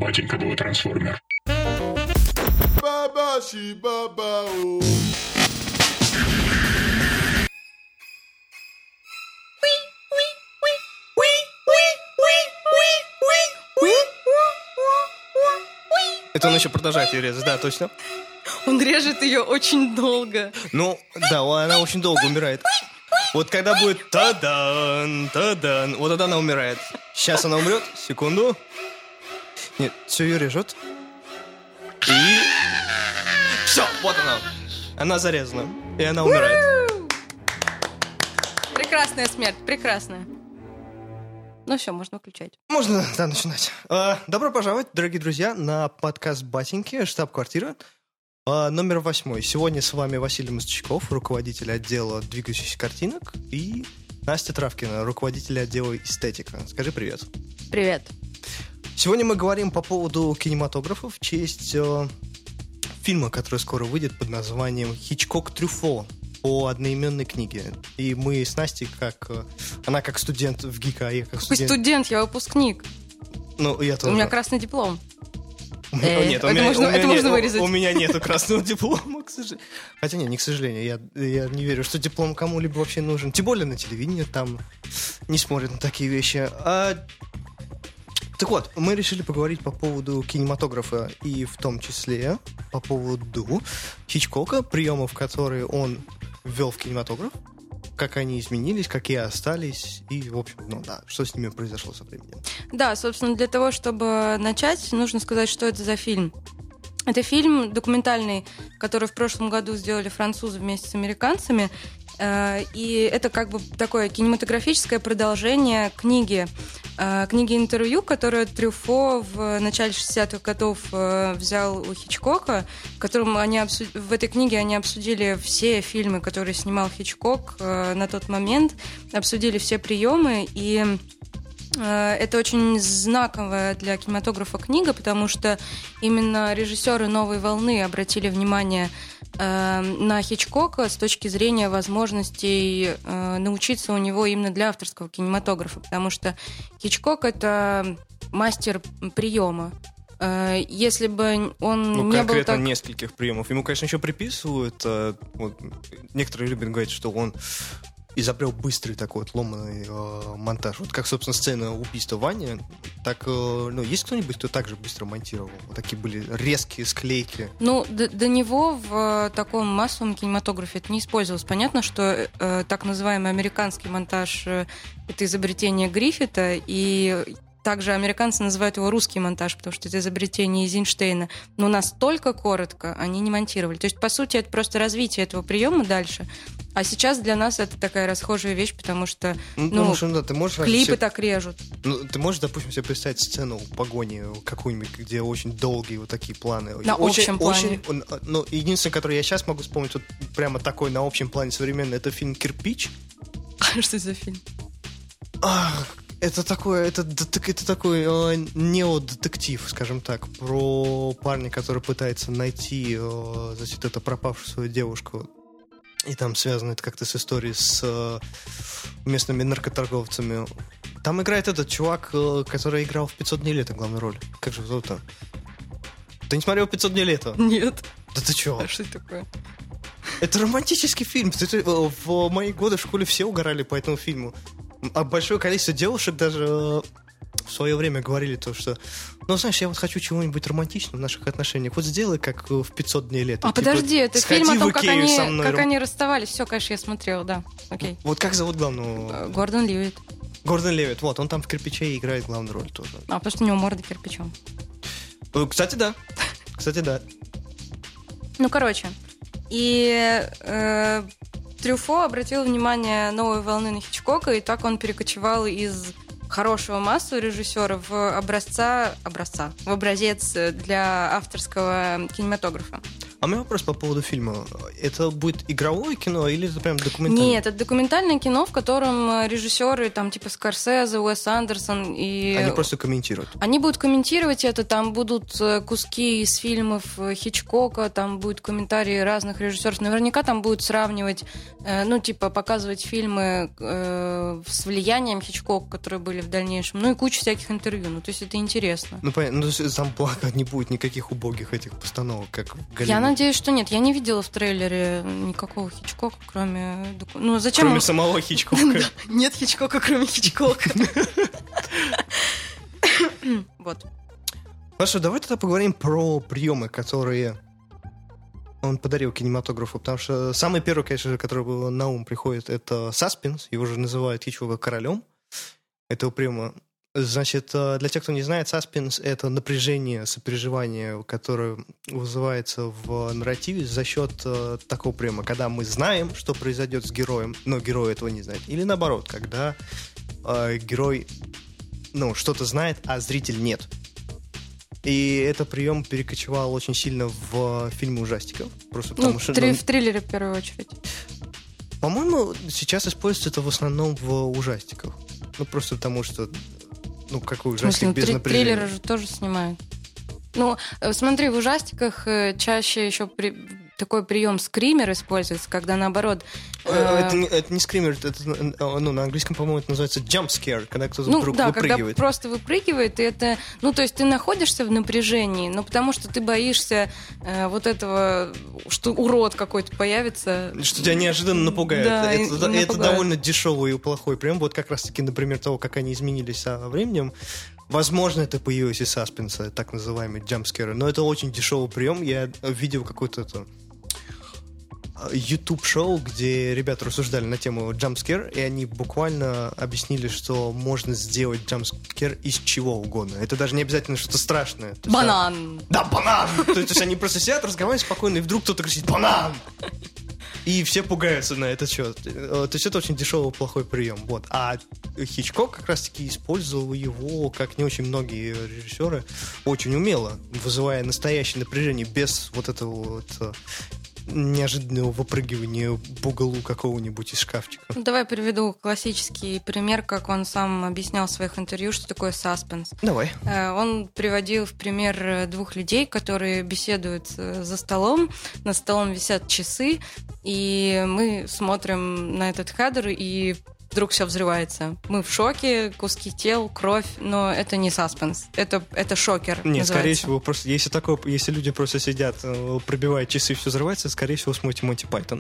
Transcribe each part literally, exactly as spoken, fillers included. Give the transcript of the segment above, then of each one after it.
Батенька был трансформер. Это он еще продолжает ее резать, да, точно. Он режет ее очень долго. Ну, да, она очень долго умирает. Вот когда будет та-дан, та-дан, вот тогда она умирает. Сейчас она умрет, секунду. Нет, все ее режет. И... Все, вот она. Она зарезана. И она умирает. Прекрасная смерть, прекрасная. Ну все, можно выключать. Можно, да, начинать. А, добро пожаловать, дорогие друзья, на подкаст «Батеньки», штаб-квартира, а, номер восьмой. Сегодня с вами Василий Мостачков, руководитель отдела двигающихся картинок, и Настя Травкина, руководитель отдела эстетика. Скажи привет. Привет. Сегодня мы говорим по поводу кинематографа в честь э, фильма, который скоро выйдет под названием «Хичкок Трюфо» по одноименной книге. И мы с Настей, как... Э, она как студент в ГИКа, а я как студент... Вы студент, я выпускник. Ну, я тоже. У меня красный диплом. Э, нет, у это меня, можно, у меня это нет, можно вырезать. У, у меня нету красного диплома, к сожалению. Хотя нет, не к сожалению. Я, я не верю, что диплом кому-либо вообще нужен. Тем более на телевидении там не смотрят на такие вещи. А... Так вот, мы решили поговорить по поводу кинематографа и в том числе по поводу Хичкока, приемов, которые он ввел в кинематограф, как они изменились, какие остались, и, в общем, ну да, что с ними произошло со временем. Да, собственно, для того, чтобы начать, нужно сказать, что это за фильм. Это фильм документальный, который в прошлом году сделали французы вместе с американцами, и это как бы такое кинематографическое продолжение книги, книги интервью, которую Трюфо в начале шестидесятых годов взял у Хичкока, в котором они обсуд... в этой книге они обсудили все фильмы, которые снимал Хичкок на тот момент, обсудили все приемы, и это очень знаковая для кинематографа книга, потому что именно режиссеры «Новой волны» обратили внимание э, на Хичкока с точки зрения возможностей э, научиться у него именно для авторского кинематографа, потому что Хичкок — это мастер приема. Э, если бы он ну, не был конкретно так... нескольких приемов. Ему, конечно, еще приписывают. Э, вот, некоторые любят говорить, что он изобрел быстрый такой вот ломаный э, монтаж. Вот как, собственно, сцена убийства Вани. Так, э, ну, есть кто-нибудь, кто так же быстро монтировал? Вот такие были резкие склейки. Ну, до, до него в таком массовом кинематографе это не использовалось. Понятно, что э, так называемый американский монтаж э, — это изобретение Гриффита, и также американцы называют его русский монтаж, потому что это изобретение Эйзенштейна. Но настолько коротко они не монтировали. То есть, по сути, это просто развитие этого приема дальше. А сейчас для нас это такая расхожая вещь, потому что, ну, потому что, да, ты можешь клипы себе... так режут. Ну, ты можешь, допустим, себе представить сцену погони какую-нибудь, где очень долгие вот такие планы. На очень, общем плане. Очень, ну, единственное, которое я сейчас могу вспомнить, вот прямо такой на общем плане современный, это фильм «Кирпич». Что это за фильм? Ах, это такой, это, это такой э, неодетектив, скажем так, про парня, который пытается найти э, значит, это пропавшую свою девушку. И там связано это как-то с историей с э, местными наркоторговцами. Там играет этот чувак, э, который играл в «пятьсот дней лета» главную роль. Как же зовут-то? Ты не смотрел «пятьсот дней лета»? Нет. Да ты чё? А что это такое? Это романтический фильм. В мои годы в школе все угорали по этому фильму. А большое количество девушек даже в свое время говорили то, что, ну, знаешь, я вот хочу чего-нибудь романтичного в наших отношениях. Вот сделай, как в «пятьсот дней лета». А типа, подожди, это фильм о том, как они, мной, как они расставались. Все, конечно, я смотрела, да. Окей. Вот как зовут главного? Гордон Левитт. Гордон Левитт, вот, он там в «Кирпиче» играет главную роль тоже. А, потому что у него морда кирпичом. Кстати, да. Кстати, да. Ну, короче. И э, Трюфо обратил внимание «Новой волны» на Хичкока, и так он перекочевал из хорошего массового режиссера в образца, образца, в образец для авторского кинематографа. А у меня вопрос по поводу фильма. Это будет игровое кино или это прям документальное? Нет, это документальное кино, в котором режиссеры, там, типа Скорсезе, Уэс Андерсон и... Они просто комментируют? Они будут комментировать это, там будут куски из фильмов Хичкока, там будут комментарии разных режиссеров. Наверняка там будут сравнивать, ну, типа, показывать фильмы с влиянием Хичкока, которые были в дальнейшем, ну, и куча всяких интервью. Ну, то есть это интересно. Ну, понятно, ну, то есть там, благо, не будет никаких убогих этих постановок, как в Голливуде. Я надеюсь, что нет. Я не видела в трейлере никакого Хичкока, кроме... Ну, зачем... Кроме самого Хичкока. Нет Хичкока, кроме Хичкока. Вот. Хорошо, давай тогда поговорим про приемы, которые он подарил кинематографу, потому что самый первый, конечно же, который на ум приходит, это саспенс, его же называют Хичкока королем этого приема. Значит, для тех, кто не знает, саспенс — это напряжение, сопереживание, которое вызывается в нарративе за счет э, такого приема, когда мы знаем, что произойдет с героем, но герой этого не знает. Или наоборот, когда э, герой, ну, что-то знает, а зритель нет. И этот прием перекочевал очень сильно в фильмы ужастиков. Просто потому ну, что... Три, ну, в триллере в первую очередь. По-моему, сейчас используется это в основном в ужастиках. Ну, просто потому что... Ну, какой ужастик без три- напряжения? Триллеры же тоже снимают. Ну, смотри, в ужастиках чаще еще при... такой прием скример используется, когда наоборот... Э... Это, не, это не скример, это, ну, на английском, по-моему, это называется jump scare, когда кто-то ну, вдруг да, выпрыгивает. Когда просто выпрыгивает, и это... Ну, то есть ты находишься в напряжении, но потому что ты боишься э, вот этого, что урод какой-то появится. Что тебя неожиданно напугает. Да, это, и, это, и это довольно дешевый и плохой прием. Вот как раз-таки, например, того, как они изменились со временем. Возможно, это появилось из саспенса, так называемый джампскеры, но это очень дешевый прием. Я видел какой-то это YouTube-шоу, где ребята рассуждали на тему джампскер, и они буквально объяснили, что можно сделать джампскер из чего угодно. Это даже не обязательно что-то страшное. То банан! Есть, да, банан! То есть они просто сидят, разговаривают спокойно, и вдруг кто-то кричит «банан!» И все пугаются на этот счет. То есть это очень дешевый, плохой прием. Вот. А Хичкок как раз-таки использовал его, как не очень многие режиссеры, очень умело, вызывая настоящее напряжение без вот этого вот неожиданного выпрыгивания в углу какого-нибудь из шкафчика. Давай приведу классический пример, как он сам объяснял в своих интервью, что такое саспенс. Давай. Он приводил в пример двух людей, которые беседуют за столом. Над столом висят часы, и мы смотрим на этот кадр, и вдруг все взрывается. Мы в шоке, куски тел, кровь, но это не саспенс, это, это шокер. Нет, называется. Скорее всего, просто если такое, если люди просто сидят, пробивают часы и все взрывается, скорее всего, смотрите Монти Пайтон.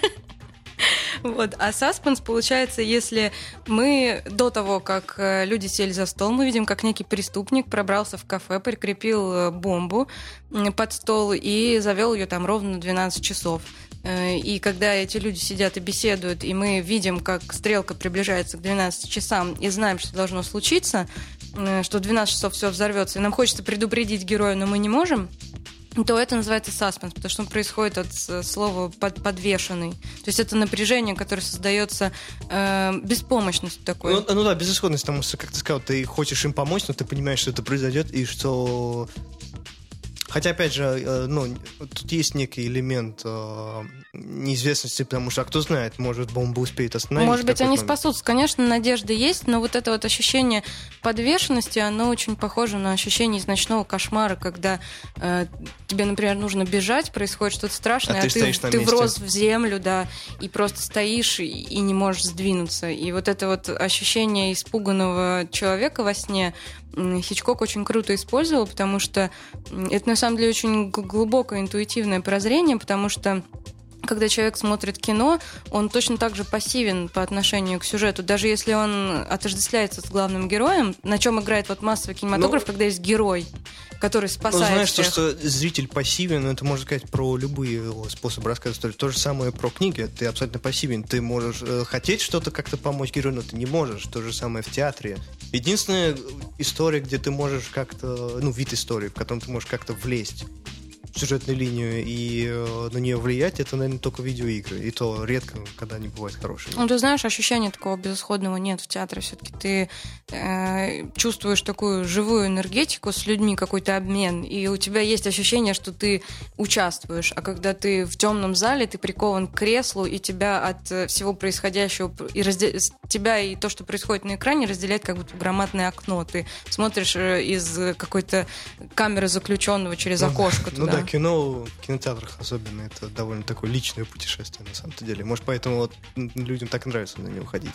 Вот. А саспенс получается, если мы до того, как люди сели за стол, мы видим, как некий преступник пробрался в кафе, прикрепил бомбу под стол и завел ее там ровно на двенадцать часов. И когда эти люди сидят и беседуют, и мы видим, как стрелка приближается к двенадцати часам, и знаем, что должно случиться, что в двенадцать часов все взорвется, и нам хочется предупредить героя, но мы не можем, то это называется саспенс, потому что он происходит от слова под, подвешенный. То есть это напряжение, которое создается э, беспомощностью такой. Ну, ну да, безысходность, потому что, как ты сказал, ты хочешь им помочь, но ты понимаешь, что это произойдет, и что... Хотя, опять же, ну, тут есть некий элемент э, неизвестности, потому что, а кто знает, может, бомба успеет остановить. Может быть, они момент. спасутся. Конечно, надежда есть, но вот это вот ощущение подвешенности, оно очень похоже на ощущение из ночного кошмара, когда э, тебе, например, нужно бежать, происходит что-то страшное, а, а ты, ты, ты, ты месте. врос в землю, да, и просто стоишь и, и не можешь сдвинуться. И вот это вот ощущение испуганного человека во сне Хичкок очень круто использовал, потому что это на самом деле очень глубокое интуитивное прозрение, потому что когда человек смотрит кино, он точно так же пассивен по отношению к сюжету, даже если он отождествляется с главным героем, на чем играет вот массовый кинематограф, ну, когда есть герой, который спасает ну, знаешь, всех. То, что зритель пассивен, это можно сказать про любые способы рассказа истории. То же самое про книги. Ты абсолютно пассивен. Ты можешь э, хотеть что-то как-то помочь герою, но ты не можешь. То же самое в театре. Единственная история, где ты можешь как-то... Ну, вид истории, в котором ты можешь как-то влезть. сюжетную линию и э, на нее влиять, это, наверное, только видеоигры. И то редко, когда они бывают хорошими. Ну, ты знаешь, ощущения такого безысходного нет в театре. Все-таки ты э, чувствуешь такую живую энергетику с людьми, какой-то обмен, и у тебя есть ощущение, что ты участвуешь. А когда ты в темном зале, ты прикован к креслу, и тебя от всего происходящего, и разде... тебя и то, что происходит на экране, разделяет как будто громадное окно. Ты смотришь из какой-то камеры заключенного через ну, окошко туда. Ну да, кино в кинотеатрах особенно, это довольно такое личное путешествие на самом-то деле. Может, поэтому вот людям так и нравится на него ходить.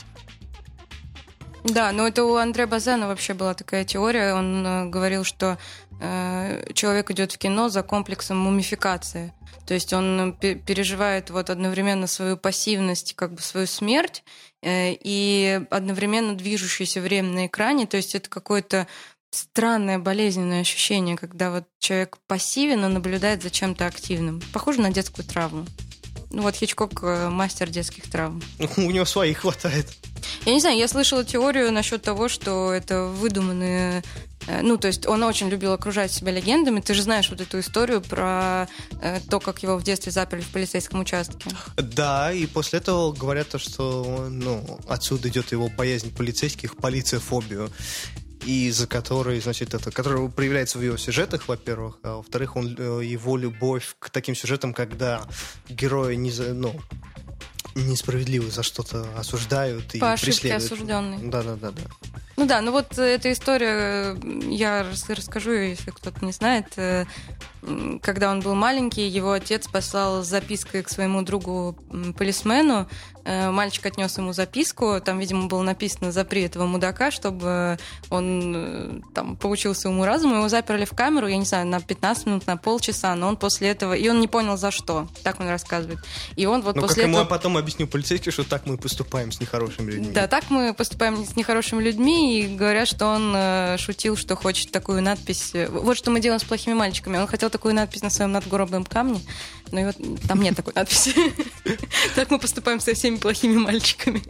Да, но это у Андре Базена вообще была такая теория. Он э, говорил, что э, человек идет в кино за комплексом мумификации. То есть он пе- переживает вот одновременно свою пассивность, как бы свою смерть, э, и одновременно движущееся время на экране. То есть это какое-то странное болезненное ощущение, когда вот человек пассивен, но наблюдает за чем-то активным. Похоже на детскую травму. Ну вот Хичкок — мастер детских травм. У него своих хватает. Я не знаю, я слышала теорию насчет того, что это выдуманные... Ну, то есть он очень любил окружать себя легендами. Ты же знаешь вот эту историю про то, как его в детстве заперли в полицейском участке. Да, и после этого говорят, что ну, отсюда идет его боязнь полицейских, полиция-фобию. И из-за которой, значит, это, которая проявляется в его сюжетах, во-первых, а во-вторых, он, его любовь к таким сюжетам, когда герои не, ну, несправедливо за что-то осуждают и по ошибке преследуют. осужденный. Да-да-да. Ну да, ну вот эта история, я расскажу ее, если кто-то не знает. Когда он был маленький, его отец послал с запиской к своему другу полисмену. Мальчик отнес ему записку, там, видимо, было написано «Запри этого мудака», чтобы он там поучился уму-разуму. Его заперли в камеру, я не знаю, на пятнадцать минут, на полчаса, но он после этого... И он не понял, за что. Так он рассказывает. И он вот ну, после как этого... ему потом объяснил полицейский, что так мы поступаем с нехорошими людьми. Да, так мы поступаем с нехорошими людьми, и говорят, что он э, шутил, что хочет такую надпись... Вот что мы делаем с плохими мальчиками. Он хотел такую надпись на своем надгробном камне, но его... там нет такой надписи. Так мы поступаем со всеми плохими мальчиками.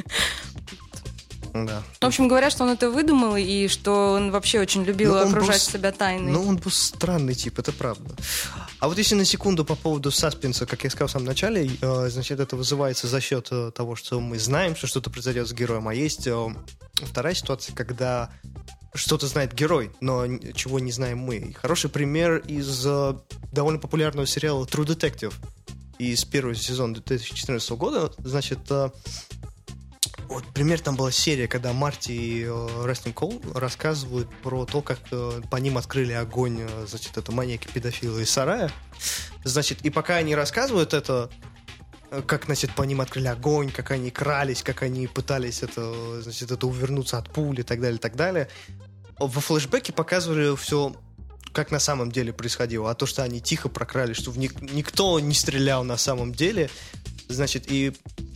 Да. В общем, говорят, что он это выдумал, и что он вообще очень любил Но окружать был... себя тайной. Ну, он был странный тип, это правда. А вот если на секунду по поводу саспенса, как я сказал в самом начале, э, значит, это вызывается за счет э, того, что мы знаем, что что-то произойдет с героем. А есть э, вторая ситуация, когда что-то знает герой, но чего не знаем мы. И хороший пример из э, довольно популярного сериала True Detective из первого сезона две тысячи четырнадцатого года. Значит, э, вот пример, там была серия, когда Марти и э, Рестин Кол рассказывают про то, как э, по ним открыли огонь, э, значит, это маньяки-педофилы из сарая. Значит, и пока они рассказывают это, э, как, значит, по ним открыли огонь, как они крались, как они пытались это, значит, это увернуться от пули и так далее, и так далее, во флешбеке показывали все, как на самом деле происходило. А то, что они тихо прокрались, что в ник- никто не стрелял на самом деле, значит, и...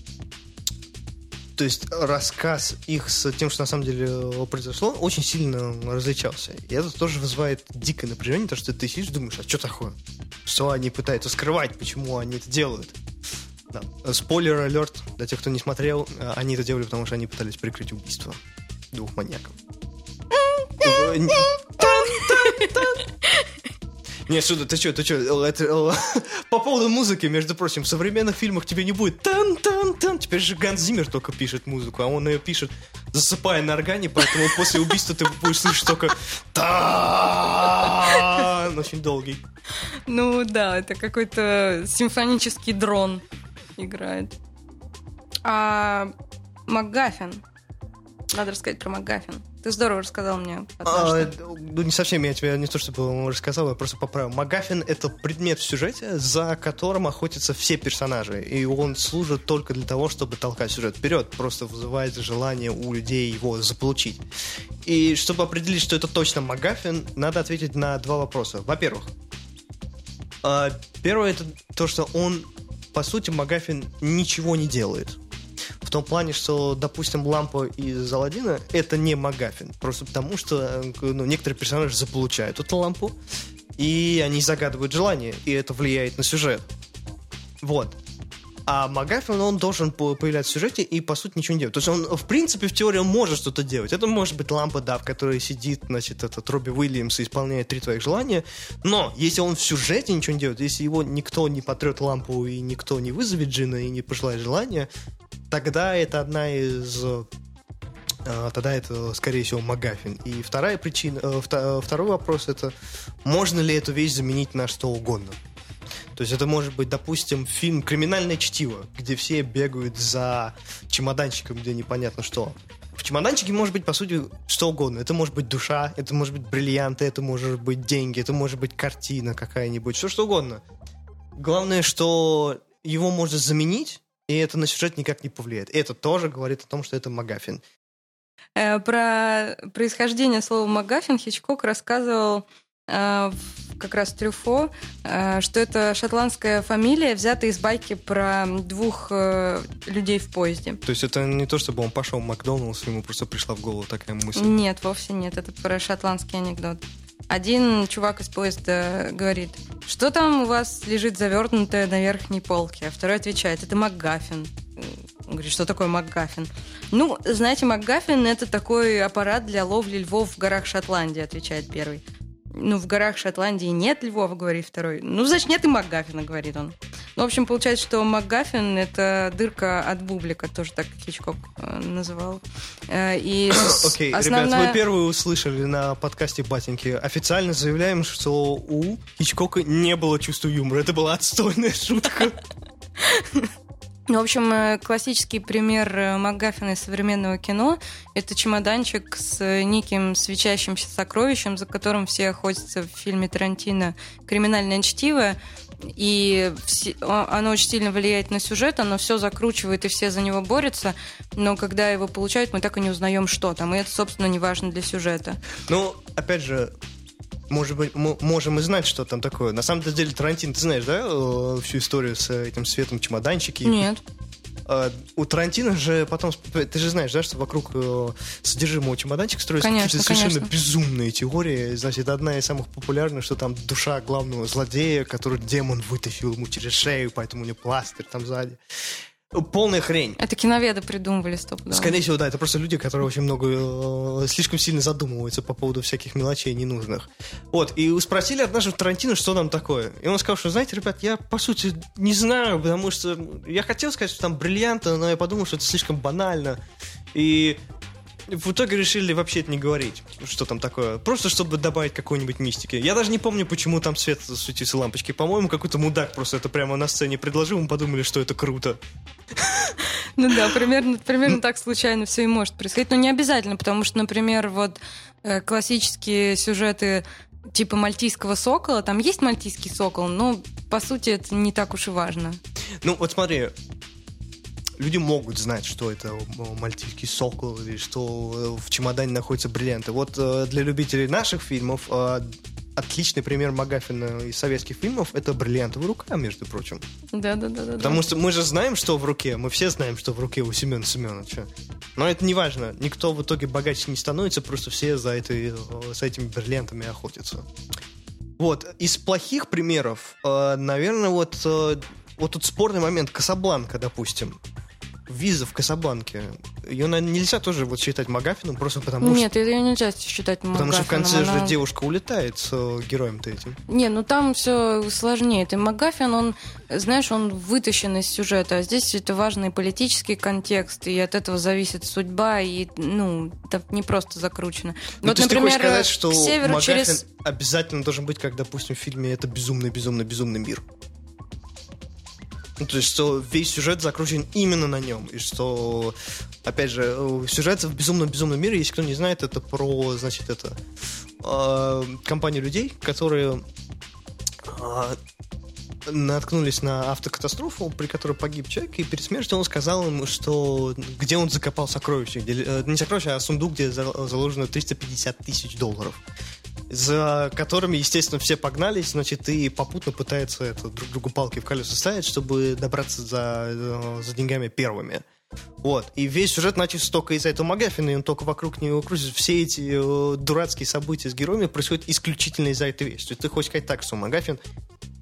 То есть рассказ их с тем, что на самом деле произошло, очень сильно различался. И это тоже вызывает дикое напряжение, потому что ты сидишь и думаешь, а что такое? Что они пытаются скрывать, почему они это делают? Да. Спойлер-алерт для тех, кто не смотрел, они это делали, потому что они пытались прикрыть убийство двух маньяков. Не, Шуда, ты что, ты что? Это, по поводу музыки, между прочим, в современных фильмах тебе не будет тан-тан-тан. Теперь же Ганс Зиммер только пишет музыку, а он ее пишет, засыпая на органе, поэтому после убийства ты будешь слышать только тан. Очень долгий. Ну да, это какой-то симфонический дрон играет. А МакГаффин. Надо рассказать про МакГаффин. Ты здорово рассказал мне. А, ну, не совсем я тебе не то, чтобы рассказал, я просто поправил. МакГаффин — это предмет в сюжете, за которым охотятся все персонажи. И он служит только для того, чтобы толкать сюжет вперед. Просто вызывает желание у людей его заполучить. И чтобы определить, что это точно МакГаффин, надо ответить на два вопроса. Во-первых, первое — это то, что он, по сути, МакГаффин ничего не делает. В том плане, что, допустим, лампа из Аладдина — это не МакГаффин. Просто потому, что ну, некоторые персонажи заполучают эту лампу, и они загадывают желание, и это влияет на сюжет. Вот. А МакГаффин, он должен появляться в сюжете и, по сути, ничего не делать. То есть он, в принципе, в теории он может что-то делать. Это может быть лампа, да, в которой сидит, значит, этот Робби Уильямс и исполняет три твоих желания. Но если он в сюжете ничего не делает, если его никто не потрет лампу и никто не вызовет джинна и не пожелает желания, тогда это одна из... Тогда это, скорее всего, МакГаффин. И вторая причина, второй вопрос — это можно ли эту вещь заменить на что угодно. То есть это может быть, допустим, фильм «Криминальное чтиво», где все бегают за чемоданчиком, где непонятно что. В чемоданчике может быть, по сути, что угодно. Это может быть душа, это может быть бриллианты, это может быть деньги, это может быть картина какая-нибудь, все что угодно. Главное, что его можно заменить, и это на сюжет никак не повлияет. И это тоже говорит о том, что это МакГаффин. Про происхождение слова МакГаффин Хичкок рассказывал э, как раз Трюфо, э, что это шотландская фамилия, взятая из байки про двух э, людей в поезде. То есть это не то, чтобы он пошел в Макдоналдс, ему просто пришла в голову такая мысль? Нет, вовсе нет. Это про шотландский анекдот. Один чувак из поезда говорит: что там у вас лежит завернутое на верхней полке? А второй отвечает: это МакГаффин. Он говорит: что такое МакГаффин? Ну, знаете, МакГаффин — это такой аппарат для ловли львов в горах Шотландии, отвечает первый. Ну, в горах Шотландии нет львов, говорит второй. Ну, значит, нет и МакГаффина, говорит он. Ну, в общем, получается, что МакГаффин — это дырка от бублика, тоже так Хичкок э, называл. Э, и Окей, okay, основная... ребят, вы первые услышали на подкасте «Батеньки». Официально заявляем, что у Хичкока не было чувства юмора. Это была отстойная шутка. В общем, классический пример МакГаффина из современного кино — это чемоданчик с неким свечащимся сокровищем, за которым все охотятся в фильме Тарантино «Криминальное чтиво». И все, оно очень сильно влияет на сюжет, оно все закручивает, и все за него борются. Но когда его получают, мы так и не узнаем, что там. И это, собственно, не важно для сюжета. Ну, опять же, может быть, мы можем и знать, что там такое. На самом деле, Тарантино, ты знаешь, да, всю историю с этим светом чемоданчики? Нет. У Тарантино же потом... Ты же знаешь, да, что вокруг содержимого чемоданчика строятся конечно, какие-то совершенно конечно. безумные теории. Значит, одна из самых популярных, что там душа главного злодея, который демон вытащил ему через шею, поэтому у него пластырь там сзади. Полная хрень. Это киноведы придумывали, стопудово. Скорее всего, да, это просто люди, которые очень много, слишком сильно задумываются по поводу всяких мелочей ненужных. Вот, и спросили однажды Тарантино, что там такое. И он сказал, что, знаете, ребят, я, по сути, не знаю, потому что я хотел сказать, что там бриллианты, но я подумал, что это слишком банально. И в итоге решили вообще это не говорить, что там такое. Просто чтобы добавить какой-нибудь мистики. Я даже не помню, почему там свет светится лампочки. По-моему, какой-то мудак просто это прямо на сцене предложил, мы подумали, что это круто. Ну да, примерно, примерно так случайно все и может происходить. Но не обязательно, потому что, например, вот классические сюжеты типа «Мальтийского сокола», там есть мальтийский сокол, но, по сути, это не так уж и важно. Ну, вот смотри, люди могут знать, что это мальтийский сокол или что в чемодане находятся бриллианты. Вот для любителей наших фильмов отличный пример МакГаффина из советских фильмов — это бриллиантовая рука, между прочим. Да-да-да. Потому что мы же знаем, что в руке, мы все знаем, что в руке у Семена Семеновича. Но это не важно. Никто в итоге богаче не становится, просто все за, этой, за этими бриллиантами охотятся. Вот. Из плохих примеров, наверное, вот, вот тут спорный момент. Касабланка, допустим. Виза в Касабланке. Ее, наверное, нельзя тоже вот считать МакГаффином, просто потому Нет, что... Нет, ее нельзя считать МакГаффином. Потому что в конце она... же девушка улетает с героем-то этим. Не, ну там все сложнее. И МакГаффин, он, знаешь, он вытащен из сюжета. А здесь это важный политический контекст, и от этого зависит судьба, и, ну, это не просто закручено. Ну, вот, то есть например, ты хочешь сказать, что МакГаффин через... обязательно должен быть, как, допустим, в фильме «Это безумный-безумный-безумный мир». Ну, то есть, что весь сюжет закручен именно на нем. И что, опять же, сюжет в «Безумном-безумном мире», если кто не знает, это про, значит, это э, компанию людей, которые э, наткнулись на автокатастрофу, при которой погиб человек, и перед смертью он сказал им, что где он закопал сокровища. Где, э, не сокровища, а сундук, где заложено триста пятьдесят тысяч долларов. За которыми, естественно, все погнались, значит, и попутно пытаются это, друг другу палки в колеса ставить, чтобы добраться за, за деньгами первыми. Вот. И весь сюжет начался только из-за этого МакГаффина, и он только вокруг него крутится. Все эти э, дурацкие события с героями происходят исключительно из-за этой вещи. То есть ты хочешь сказать так, что МакГаффин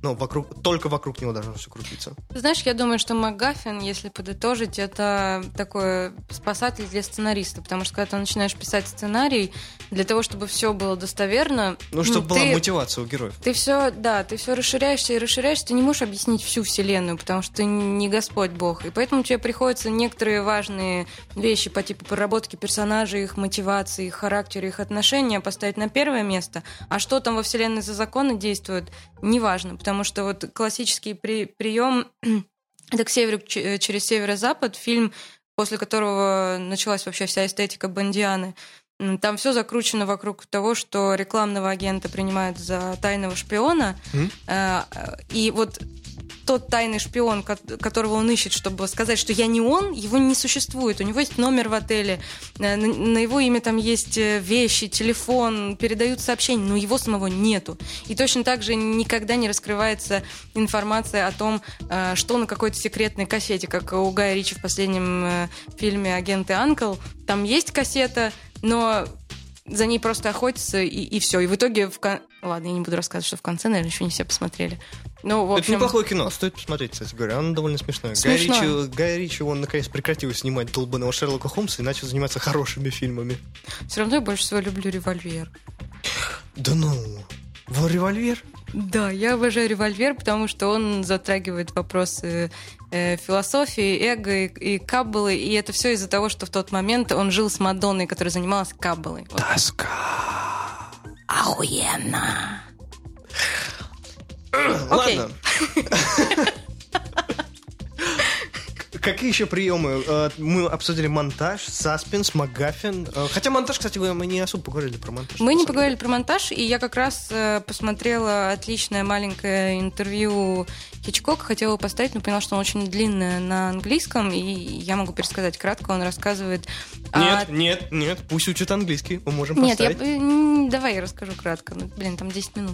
но вокруг, только вокруг него должно все крутиться. Знаешь, я думаю, что МакГаффин, если подытожить, это такой спасатель для сценариста, потому что когда ты начинаешь писать сценарий, для того, чтобы все было достоверно... Ну, чтобы ну, была ты, мотивация у героев. Ты все, да, ты все расширяешься и расширяешься, ты не можешь объяснить всю вселенную, потому что ты не Господь Бог, и поэтому тебе приходится некоторые важные вещи по типу проработки персонажей, их мотивации, их характера, их отношения поставить на первое место, а что там во вселенной за законы действуют, неважно, потому что вот классический при, прием это «К северу через северо-запад», фильм, после которого началась вообще вся эстетика Бондианы. Там все закручено вокруг того, что рекламного агента принимают за тайного шпиона, mm-hmm. и вот тот тайный шпион, которого он ищет, чтобы сказать, что я не он, его не существует. У него есть номер в отеле, на его имя там есть вещи, телефон, передают сообщения, но его самого нету. И точно так же никогда не раскрывается информация о том, что на какой-то секретной кассете, как у Гая Ричи в последнем фильме «Агенты Анкл». Там есть кассета, но за ней просто охотятся, и, и все. И в итоге... В кон... Ладно, я не буду рассказывать, что в конце, наверное, еще не все посмотрели. Ну, в общем... Это неплохое кино, стоит посмотреть, кстати говоря. Оно довольно смешное. Смешно. Гай Ричи, Гай Ричи, он наконец прекратил снимать долбанного Шерлока Холмса и начал заниматься хорошими фильмами. Все равно я больше всего люблю «Револьвер». Да ну... В «Револьвер»? Да, я обожаю «Револьвер», потому что он затрагивает вопросы э, философии, эго и, и каббалы, и это все из-за того, что в тот момент он жил с Мадонной, которая занималась каббалой. Вот. Тоска. Охуенно. Ладно. Какие еще приемы? Мы обсудили монтаж, саспенс, МакГаффин. Хотя монтаж, кстати говоря, мы не особо поговорили про монтаж. Мы не поговорили про монтаж, и я как раз посмотрела отличное маленькое интервью Хичкока, хотела его поставить, но поняла, что он очень длинный на английском, и я могу пересказать кратко. Он рассказывает... Нет, о... нет, нет, пусть учат английский, мы можем нет, поставить. Нет, я... давай я расскажу кратко. Ну, блин, там десять минут.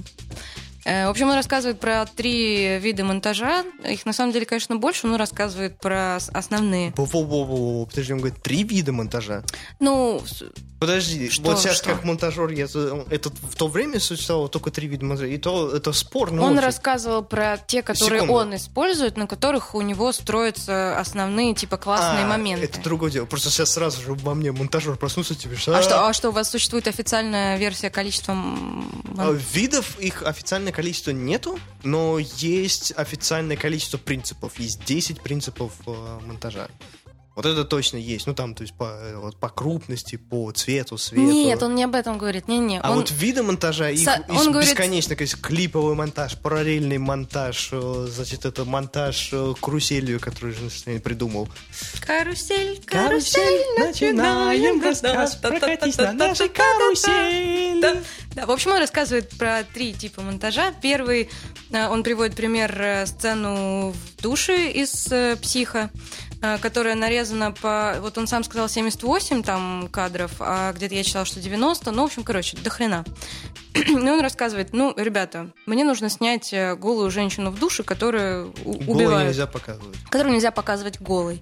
В общем, он рассказывает про три вида монтажа. Их, на самом деле, конечно, больше, но рассказывает про основные. Во-во-во-во, подожди, он говорит, три вида монтажа? Ну... Подожди, что, вот сейчас что? как монтажер, я, это в то время существовало только три вида монтажа, и то это спорно. Он очень. рассказывал про те, которые Секунду. он использует, на которых у него строятся основные, типа, классные а, моменты. Это другое дело. Просто сейчас сразу же во мне монтажер проснулся, тебе что? А что, а что, у вас существует официальная версия количества... А, видов их официальное количество нету, но есть официальное количество принципов. Есть десять принципов э, монтажа. Вот это точно есть. Ну, там, то есть, по, вот, по крупности, по цвету, свету. Нет, он не об этом говорит. Не-не. А он... вот виды монтажа, их, Со... их он бесконечно. говорит... Есть клиповый монтаж, параллельный монтаж, значит, это монтаж каруселью, который Эйнштейн придумал. Карусель, карусель, начинаем рассказ, прокатись на нашей карусели. Да. Да, в общем, он рассказывает про три типа монтажа. Первый, он приводит пример сцену в душе из «Психа», которая нарезана по... Вот он сам сказал семьдесят восемь там кадров, а где-то я читала, что девяносто. Ну, в общем, короче, до хрена. И он рассказывает, ну, ребята, мне нужно снять голую женщину в душе, которую убивают. Голой нельзя показывать. Которую нельзя показывать голой.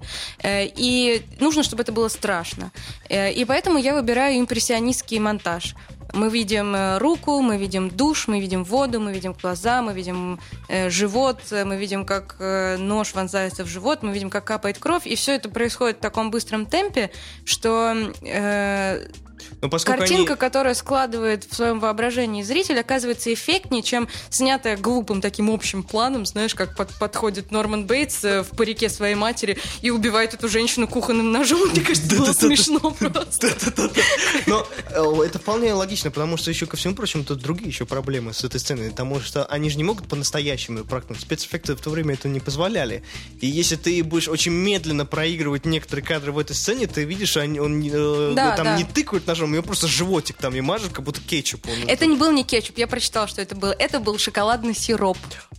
И нужно, чтобы это было страшно. И поэтому я выбираю импрессионистский монтаж. Мы видим руку, мы видим душ, мы видим воду, мы видим глаза, мы видим э, живот, мы видим, как э, нож вонзается в живот, мы видим, как капает кровь, и все это происходит в таком быстром темпе, что э, картинка, они... которая складывает в своем воображении зритель, оказывается эффектнее, чем снятая глупым таким общим планом, знаешь, как под, подходит Норман Бейтс в парике своей матери и убивает эту женщину кухонным ножом. Мне кажется, было смешно просто. Но это вполне логично, потому что еще ко всему прочему тут другие еще проблемы с этой сценой, потому что они же не могут по-настоящему прокнуть. Спецэффекты в то время это не позволяли. И если ты будешь очень медленно проигрывать некоторые кадры в этой сцене, ты видишь, он там не тыкают ножом, ее просто животик там и мажет, как будто кетчуп. Он, это не был не кетчуп, я прочитала, что это было. Это был шоколадный сироп.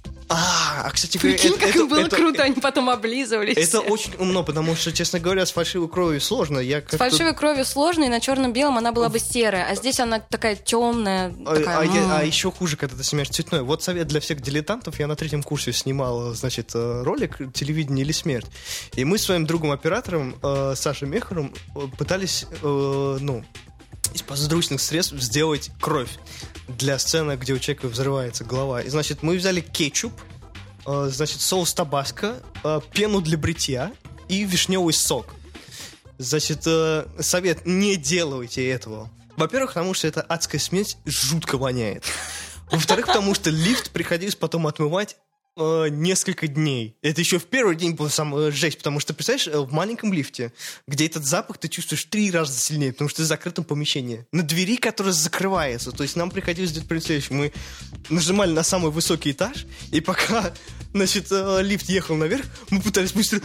А, а кстати говоря, Прикинь, это, как это, было это, круто, они потом облизывались. Это все. Очень умно, потому что, честно говоря, с фальшивой кровью сложно. Я с фальшивой кровью сложно, и на черно-белом она была бы серая, а здесь она такая темная. Такая, а, а, а еще хуже, когда ты снимаешь цветной. Вот совет для всех дилетантов. Я на третьем курсе снимал, значит, ролик «Телевидение или смерть». И мы с своим другом-оператором, э, Сашей Мехером, пытались, э, ну... из подручных средств сделать кровь для сцены, где у человека взрывается голова. И, значит, мы взяли кетчуп, э, значит, соус табаско, э, пену для бритья и вишневый сок. Значит, э, совет, не делайте этого. Во-первых, потому что это адская смесь жутко воняет. Во-вторых, потому что лифт приходилось потом отмывать э, несколько дней. Это еще в первый день было самая жесть, потому что, представляешь, в маленьком лифте, где этот запах ты чувствуешь три раза сильнее, потому что ты в закрытом помещении. На двери, которая закрывается. То есть нам приходилось делать следующее. Мы нажимали на самый высокий этаж, и пока, значит, э, лифт ехал наверх, мы пытались быстро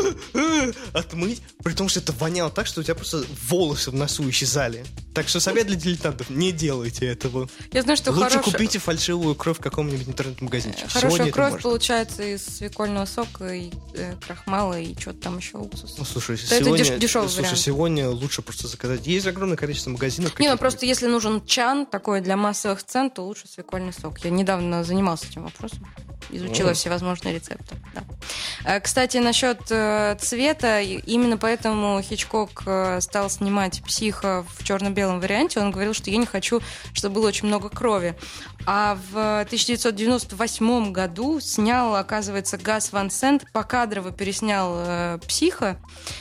отмыть, при том, что это воняло так, что у тебя просто волосы в носу исчезали. Так что совет для дилетантов: не делайте этого. Я знаю, что Лучше хорош... купите фальшивую кровь в каком-нибудь интернет-магазинчике. Хорошая кровь получается из свекольного сока, и э, крахмала, и что-то там еще, уксус. Ну, слушай, То сегодня, это деш- дешевый слушай, вариант. сегодня лучше просто заказать. Есть огромное количество магазинов. Не, ну просто если нужен чан такой для массовых сцен, то лучше свекольный сок. Я недавно занималась этим вопросом. Изучила О. всевозможные рецепты. Да. Кстати, насчет э, цвета, именно поэтому Хичкок э, стал снимать «Психо» в черно-белом варианте. Он говорил, что я не хочу, чтобы было очень много крови. А в тысяча девятьсот девяносто восьмом году снял, оказывается, Гас Ван Сент, покадрово переснял э, «Психо».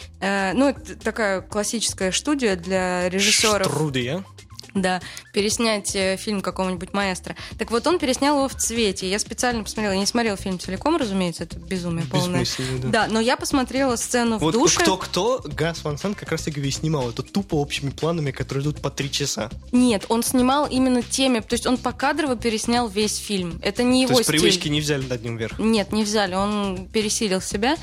Э, ну, это такая классическая студия для режиссеров. Штруды, Да, переснять э, фильм какого-нибудь маэстро. Так вот, он переснял его в цвете. Я специально посмотрела. Я не смотрела фильм целиком, разумеется, это безумие полное. Да. Да, но я посмотрела сцену Вот в душе. кто-кто, Гас Ван Sant как раз таки и снимал. Это тупо общими планами, которые идут по три часа. Нет, он снимал именно теми. То есть он покадрово переснял весь фильм. Это не его То есть стиль. привычки не взяли над ним вверх? Нет, не взяли. Он пересилил себя.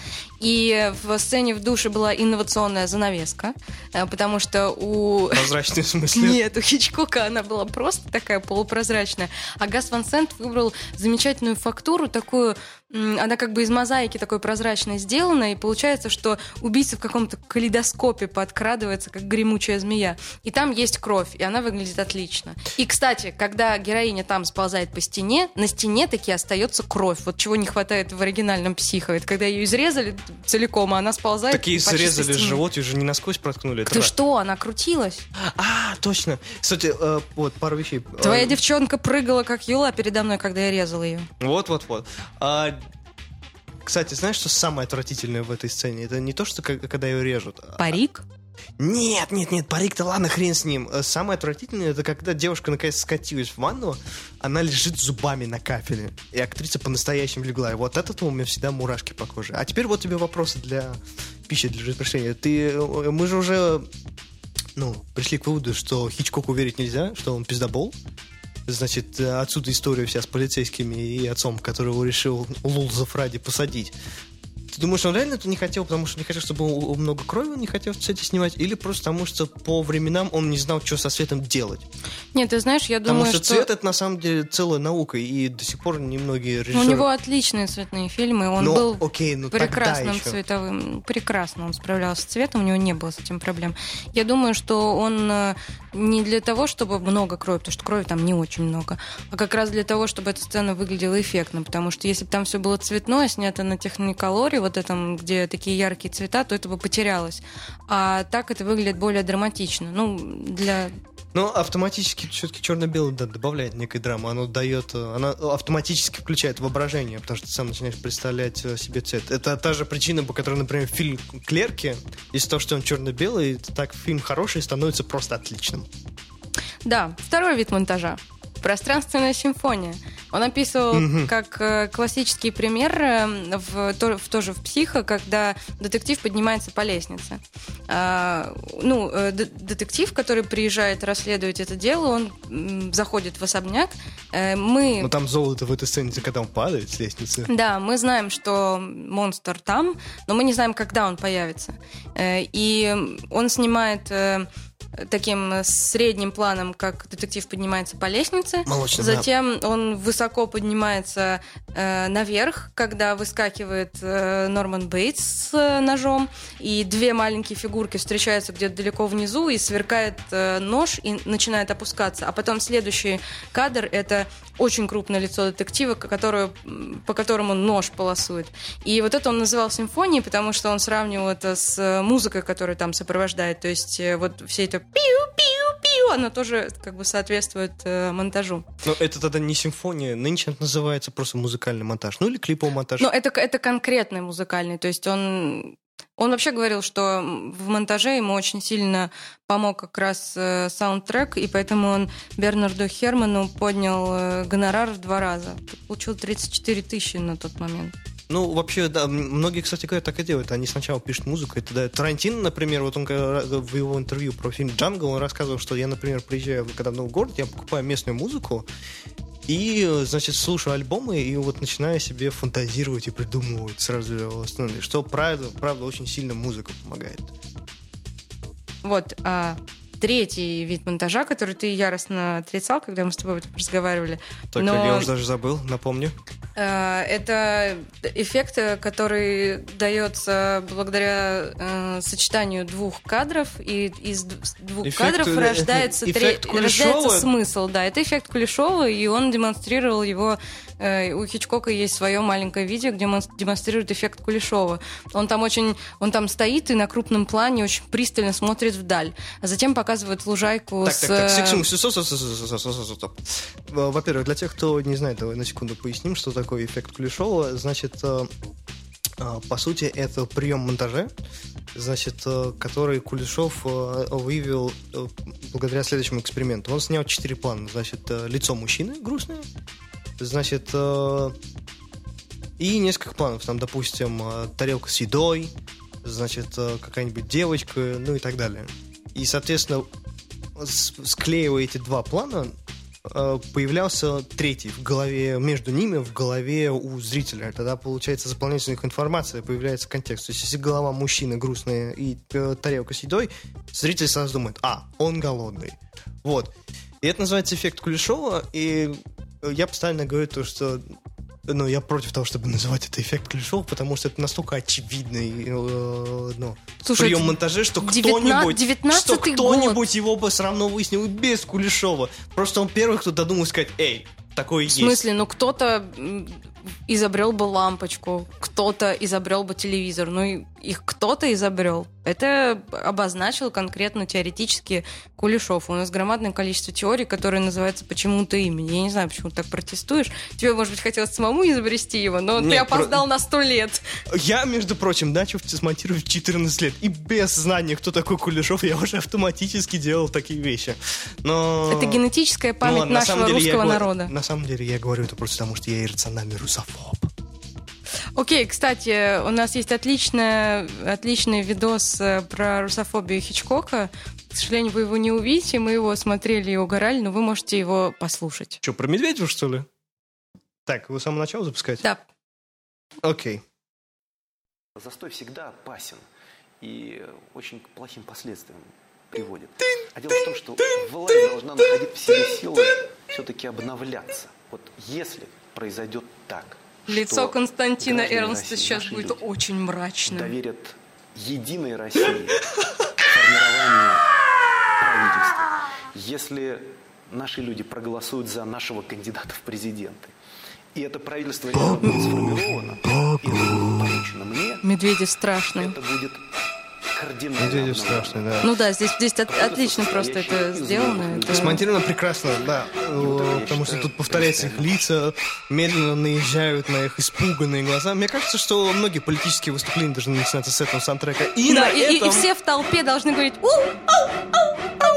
И в сцене в душе была инновационная занавеска, э, потому что у... Прозрачный в смысле? Нет, у Хичкока она была просто такая полупрозрачная. А Гас Ван Сент выбрал замечательную фактуру, такую, м, она как бы из мозаики такой прозрачной сделана, и получается, что убийца в каком-то калейдоскопе подкрадывается, как гремучая змея. И там есть кровь, и она выглядит отлично. И, кстати, когда героиня там сползает по стене, на стене таки остается кровь. Вот чего не хватает в оригинальном «Психо». Это когда ее изрезали целиком, а она сползает. Такие срезали живот и уже не насквозь проткнули. Ты что, она крутилась? А, точно. Кстати, э, вот пару вещей. Твоя э, девчонка прыгала как юла передо мной, когда я резала ее. Вот-вот-вот. А, кстати, знаешь, что самое отвратительное в этой сцене? Это не то, что как- когда ее режут. Парик? Нет, нет, нет, парик-то ладно, хрен с ним. Э, Самое отвратительное, это когда девушка наконец скатилась в ванну, она лежит зубами на кафеле. И актриса по-настоящему легла. И вот от этого у меня всегда мурашки по коже. А теперь вот тебе вопросы для пищи, для размышления. Ты, э, мы же уже, ну, пришли к выводу, что Хичкоку верить нельзя, что он пиздобол. Значит, э, отсюда история вся с полицейскими и отцом, которого решил лулзов ради посадить. Ты думаешь, он реально это не хотел, потому что не хотел, чтобы было много крови, он не хотел с этим снимать, или просто потому что по временам он не знал, что со светом делать? Нет, ты знаешь, я Потому думаю, что, что... цвет — это на самом деле целая наука, и до сих пор немногие режиссеры... У него отличные цветные фильмы, он Но, был окей, ну тогда прекрасным еще. цветовым, прекрасно он справлялся с цветом, у него не было с этим проблем. Я думаю, что он э, не для того, чтобы много крови, потому что крови там не очень много, а как раз для того, чтобы эта сцена выглядела эффектно, потому что если бы там все было цветное, снято на техниколоре, вот этом, где такие яркие цвета, то это бы потерялось. А так это выглядит более драматично. Ну, для... Но автоматически все-таки черно-белый, да, добавляет некой драмы. Оно дает, она автоматически включает воображение, потому что ты сам начинаешь представлять э, себе цвет. Это та же причина, по которой, например, фильм «Клерки», из-за того, что он черно-белый, так фильм хороший становится просто отличным. Да, второй вид монтажа. Пространственная симфония. Он описывал mm-hmm. как э, классический пример э, в, то, в, тоже в «Психо», когда детектив поднимается по лестнице. А, ну, э, д- детектив, который приезжает расследовать это дело, он м, заходит в особняк. Э, мы... Но там золото в этой сцене, когда он падает с лестницы. Да, мы знаем, что монстр там, но мы не знаем, когда он появится. Э, и он снимает... Э, таким средним планом, как детектив поднимается по лестнице. Молочным, Затем да. он высоко поднимается э, наверх, когда выскакивает э, Норман Бейтс с э, ножом, и две маленькие фигурки встречаются где-то далеко внизу, и сверкает э, нож, и начинает опускаться. А потом следующий кадр — это очень крупное лицо детектива, которое, по которому нож полосует. И вот это он называл симфонией, потому что он сравнивал это с музыкой, которая там сопровождает. То есть вот все это пиу-пиу-пиу, оно тоже как бы соответствует э, монтажу. Но это тогда не симфония, нынче это называется просто музыкальный монтаж, ну или клиповый монтаж. Но это, это конкретный музыкальный, то есть он... Он вообще говорил, что в монтаже ему очень сильно помог как раз э, саундтрек, и поэтому он Бернарду Херману поднял э, гонорар в два раза. Получил тридцать четыре тысячи на тот момент. Ну, вообще, да, многие, кстати говоря, так и делают. Они сначала пишут музыку, и тогда Тарантино, например, вот он в его интервью про фильм «Джанго», он рассказывал, что я, например, приезжаю когда в новый город, я покупаю местную музыку, и, значит, слушаю альбомы, и вот начинаю себе фантазировать и придумывать сразу основные, что, правда, правда, очень сильно музыка помогает. Вот, а третий вид монтажа, который ты яростно отрицал, когда мы с тобой разговаривали. Так, но... я уже даже забыл, напомню. Это эффект, который дается благодаря э, сочетанию двух кадров, и из двух эффект, кадров рождается, эффект тре... рождается смысл. Да, это эффект Кулешова, и он демонстрировал его. Э, у Хичкока есть свое маленькое видео, где он демонстрирует эффект Кулешова. Он там очень, он там стоит и на крупном плане очень пристально смотрит вдаль, а затем показывает лужайку так, с... Так, так, так, секунду, во-первых, для тех, кто не знает, давай на секунду поясним, что такое эффект Кулешова. Значит, по сути, это прием монтажа, значит, который Кулешов выявил благодаря следующему эксперименту. Он снял четыре плана. Значит, лицо мужчины грустное, значит, и несколько планов. Там, допустим, тарелка с едой, значит, какая-нибудь девочка, ну и так далее. И, соответственно, склеивая эти два плана, появлялся третий в голове, между ними в голове у зрителя. Тогда, получается, заполняется их информация, появляется контекст. То есть, если голова мужчины грустная и э, тарелка с едой, зритель сразу думает: а, он голодный. Вот. И это называется эффект Кулешова, и я постоянно говорю то, что ну, я против того, чтобы называть это эффект Кулешова, потому что это настолько очевидный э, ну, Слушай, прием монтажа, что кто-нибудь, что кто-нибудь его бы все равно выяснил без Кулешова. Просто он первый, кто додумался сказать: эй, такое есть. В смысле? Ну, кто-то изобрел бы лампочку, кто-то изобрел бы телевизор. Ну, их кто-то изобрел. Это обозначил конкретно теоретически Кулешов. У нас громадное количество теорий, которые называются почему-то именем. Я не знаю, почему ты так протестуешь. Тебе, может быть, хотелось самому изобрести его, но Нет, ты опоздал про... на сто лет. Я, между прочим, начал смонтировать в четырнадцать лет. И без знания, кто такой Кулешов, я уже автоматически делал такие вещи. Но... Это генетическая память ну, нашего на русского я, народа. На самом деле, я говорю это просто потому, что я иррациональный русофоб. Окей, кстати, у нас есть отличный, отличный видос про русофобию Хичкока. К сожалению, вы его не увидите, мы его смотрели и угорали, но вы можете его послушать. Что, про Медведева, что ли? Так, вы с самого начала запускаете? Да. Окей. Застой всегда опасен и очень к плохим последствиям приводит. А дело в том, что власть должна находить в себе силы все-таки обновляться. Вот если произойдет так, лицо Константина Эрнста сейчас будет очень мрачным. Доверят единой России формированию правительства. Если наши люди проголосуют за нашего кандидата в президенты, и это правительство будет сформировано, и это будет поручено мне, Медведев страшный. Это будет кардинально. Медведев страшный, да. Ну да, здесь, здесь от, отлично просто это сделано. Это... Смонтировано прекрасно, да. Потому что тут повторяются их лица, медленно наезжают на их испуганные глаза. Мне кажется, что многие политические выступления должны начинаться с этого саундтрека. И, да, на и, этом... и все в толпе должны говорить: у, ау, ау,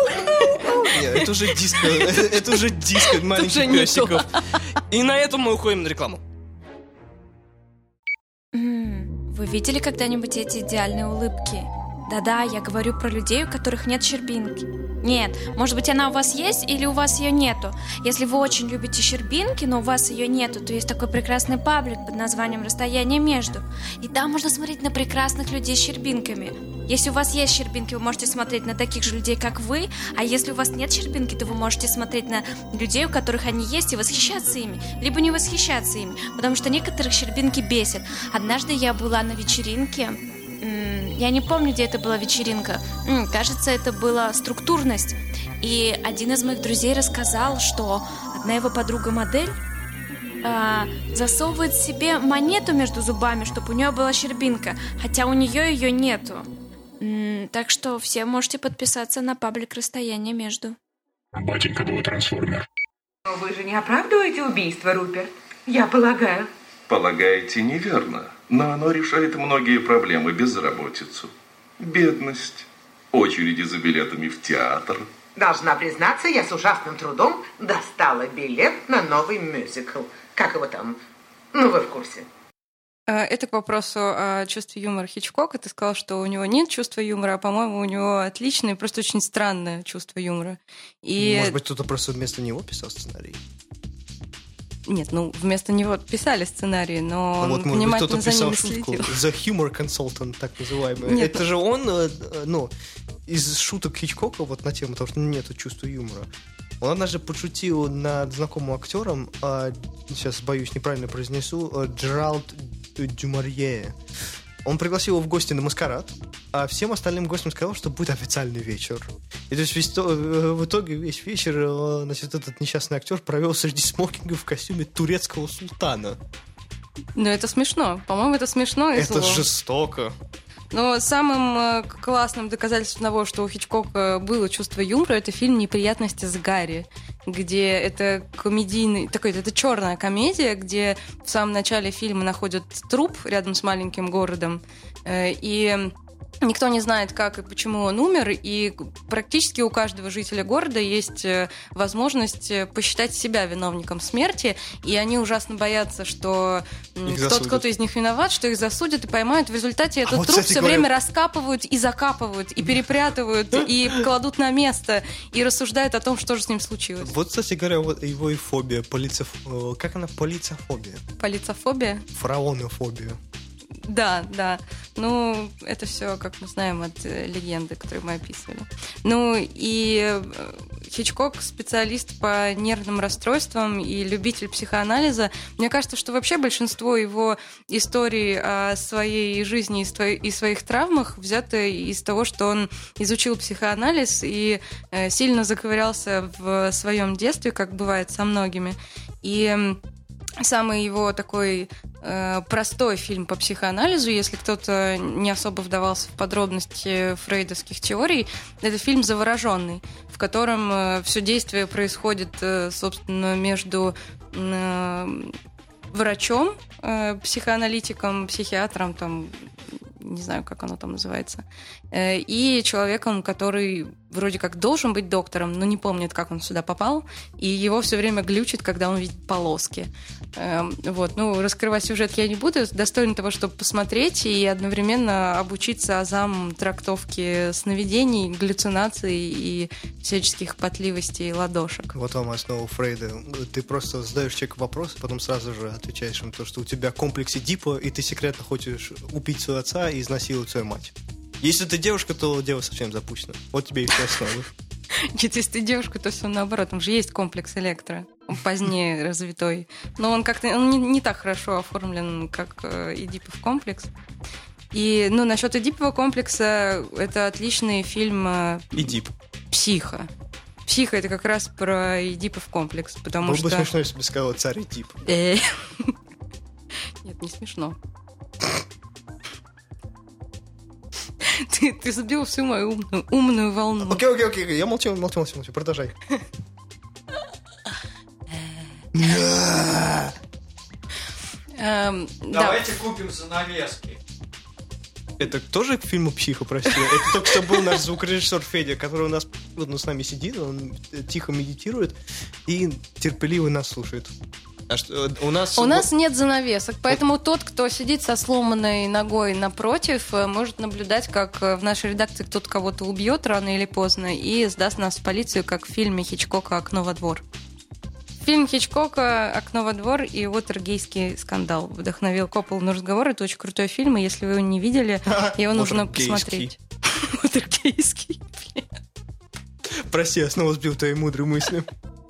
ау. Нет, это уже диско, это уже диско маленьких песиков. И на этом мы уходим на рекламу. Вы видели когда-нибудь эти идеальные улыбки? Да-да, я говорю про людей, у которых нет щербинки. Нет, может быть, она у вас есть или у вас ее нету. Если вы очень любите щербинки, но у вас ее нету, то есть такой прекрасный паблик под названием «Расстояние между». И там можно смотреть на прекрасных людей с щербинками. Если у вас есть щербинки, вы можете смотреть на таких же людей, как вы. А если у вас нет щербинки, то вы можете смотреть на людей, у которых они есть, и восхищаться ими. Либо не восхищаться ими, потому что некоторых щербинки бесят. Однажды я была на вечеринке. Я не помню, где это была вечеринка. Кажется, это была структурность. И один из моих друзей рассказал, что одна его подруга-модель а, засовывает себе монету между зубами, чтобы у нее была щербинка, хотя у нее ее нету. М-м, так что все можете подписаться на паблик «Расстояние между». Батенька был трансформер. Но вы же не оправдываете убийство, Руперт? Я полагаю. Полагаете, неверно. Но оно решает многие проблемы: безработицу, бедность, очереди за билетами в театр. Должна признаться, я с ужасным трудом достала билет на новый мюзикл. Как его там? Ну, вы в курсе. Это к вопросу о чувстве юмора Хичкока. Ты сказал, что у него нет чувства юмора, а, по-моему, у него отличное, просто очень странное чувство юмора. И... Может быть, кто-то просто вместо него писал сценарий? Нет, ну, вместо него писали сценарий, но а вот, он может быть, кто-то за писал ними шутку. следил. The Humor Consultant, так называемый. Нет. Это же он, ну, из шуток Хичкока вот на тему того, что нету чувства юмора. Он однажды подшутил над знакомым актером, а, сейчас, боюсь, неправильно произнесу, Джеральд Дюмарье. Он пригласил его в гости на маскарад, а всем остальным гостям сказал, что будет официальный вечер. И то есть весь, в итоге весь вечер, значит, этот несчастный актер провел среди смокингов в костюме турецкого султана. Ну, это смешно. По-моему, это смешно и Это зло. жестоко. Но самым классным доказательством того, что у Хичкока было чувство юмора, это фильм «Неприятности с Гарри», где это комедийный, такой, это черная комедия, где в самом начале фильма находят труп рядом с маленьким городом, и никто не знает, как и почему он умер, и практически у каждого жителя города есть возможность посчитать себя виновником смерти, и они ужасно боятся, что кто-то, кто-то из них виноват, что их засудят и поймают. В результате этот а вот, труп кстати, все говоря... время раскапывают и закапывают, и перепрятывают, и кладут на место, и рассуждают о том, что же с ним случилось. Вот, кстати говоря, вот его и фобия, полици... как она? Полицофобия. Полицофобия? Фараонофобия. Да, да. Ну, это все, как мы знаем, от э, легенды, которую мы описывали. Ну, и э, Хичкок специалист по нервным расстройствам и любитель психоанализа. Мне кажется, что вообще большинство его историй о своей жизни и, ство- и своих травмах взято из того, что он изучил психоанализ и э, сильно заковырялся в своем детстве, как бывает со многими. И э, самый его такой э, простой фильм по психоанализу, если кто-то не особо вдавался в подробности фрейдовских теорий, это фильм «Завороженный», в котором э, все действие происходит, э, собственно, между э, врачом, э, психоаналитиком, психиатром, там, не знаю, как оно там называется, э, и человеком, который вроде как должен быть доктором, но не помнит, как он сюда попал, и его все время глючит, когда он видит полоски. Э, вот, ну, раскрывать сюжет я не буду, достойно того, чтобы посмотреть и одновременно обучиться азам трактовки сновидений, галлюцинаций и всяческих потливостей и ладошек. Вот вам основа Фрейда. Ты просто задаешь человеку вопрос, потом сразу же отвечаешь ему то, что у тебя комплекс Эдипа, и ты секретно хочешь убить своего отца и изнасиловать свою мать. Если ты девушка, то дело совсем запущено. Вот тебе и все основы. Нет, если ты девушка, то все наоборот. Там же есть комплекс Электро, он позднее развитой. Но он как-то он не, не так хорошо оформлен, как Эдипов комплекс. И, ну, насчет Эдипова комплекса, это отличный фильм Эдип. «Психо». «Психо» — это как раз про Эдипов комплекс, потому Было что... бы смешно, если бы сказала «Царь Эдип». Нет, не смешно. Ты, ты сбил всю мою умную, умную волну. Окей, окей, окей, я молчу, молчу, молчу, молчу, продолжай. Давайте купим занавески. Это тоже к фильму «Психо», прости. Это только что был наш звукорежиссер Федя, который у нас вот, ну, с нами сидит, он тихо медитирует и терпеливо нас слушает. А что, у нас... У нас нет занавесок, поэтому вот. Тот, кто сидит со сломанной ногой напротив, может наблюдать, как в нашей редакции кто-то кого-то убьет рано или поздно и сдаст нас в полицию, как в фильме Хичкока «Окно во двор». Фильм Хичкока «Окно во двор» и «Уотергейский скандал» вдохновил Копполу на разговор. Это очень крутой фильм, и если вы его не видели, его нужно посмотреть. Уотергейский. Прости, я снова сбил твои мудрые мысли.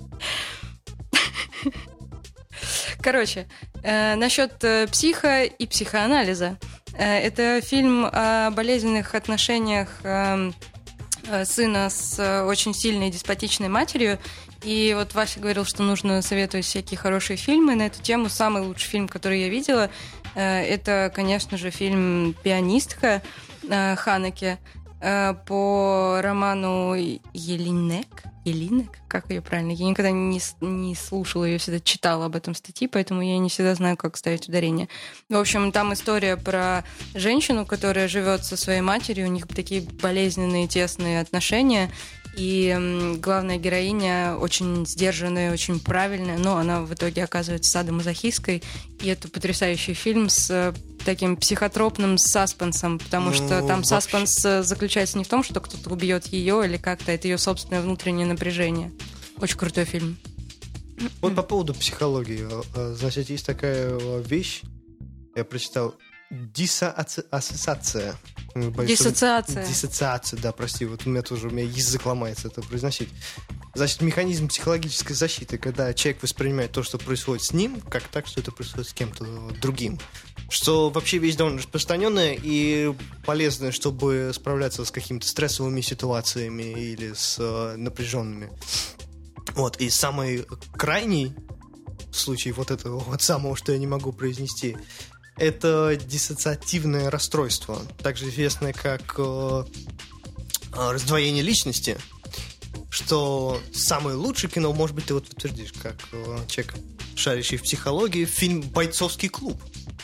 Короче, э, насчет э, психо и психоанализа. Э, это фильм о болезненных отношениях э, э, сына с э, очень сильной деспотичной матерью. И вот Вася говорил, что нужно советовать всякие хорошие фильмы на эту тему. Самый лучший фильм, который я видела, э, это, конечно же, фильм «Пианистка» э, Ханеке. э, по роману Елинек. Елинек? Как ее правильно? Я никогда не, не слушала ее, всегда читала об этом статьи, поэтому я не всегда знаю, как ставить ударение. В общем, там история про женщину, которая живет со своей матерью, у них такие болезненные, тесные отношения, и главная героиня очень сдержанная, очень правильная, но она в итоге оказывается садомазохисткой, и это потрясающий фильм с таким психотропным саспенсом, потому ну, что там вообще... саспенс заключается не в том, что кто-то убьет ее или как-то, это ее собственное внутреннее напряжение. Очень крутой фильм. Вот по поводу психологии. Значит, есть такая вещь, я прочитал, диссоциация. Диссоциация. Диссоциация, да, прости, вот у меня тоже, у меня язык ломается это произносить. Значит, механизм психологической защиты, когда человек воспринимает то, что происходит с ним, как так, что это происходит с кем-то другим. Что вообще вещь довольно распространенная и полезная, чтобы справляться с какими-то стрессовыми ситуациями или с э, напряженными. Вот, и самый крайний случай вот этого вот самого, что я не могу произнести, это диссоциативное расстройство, также известное как э, раздвоение личности, что самое лучшее кино, может быть, ты вот подтвердишь, как э, человек, шарящий в психологии, фильм «Бойцовский клуб».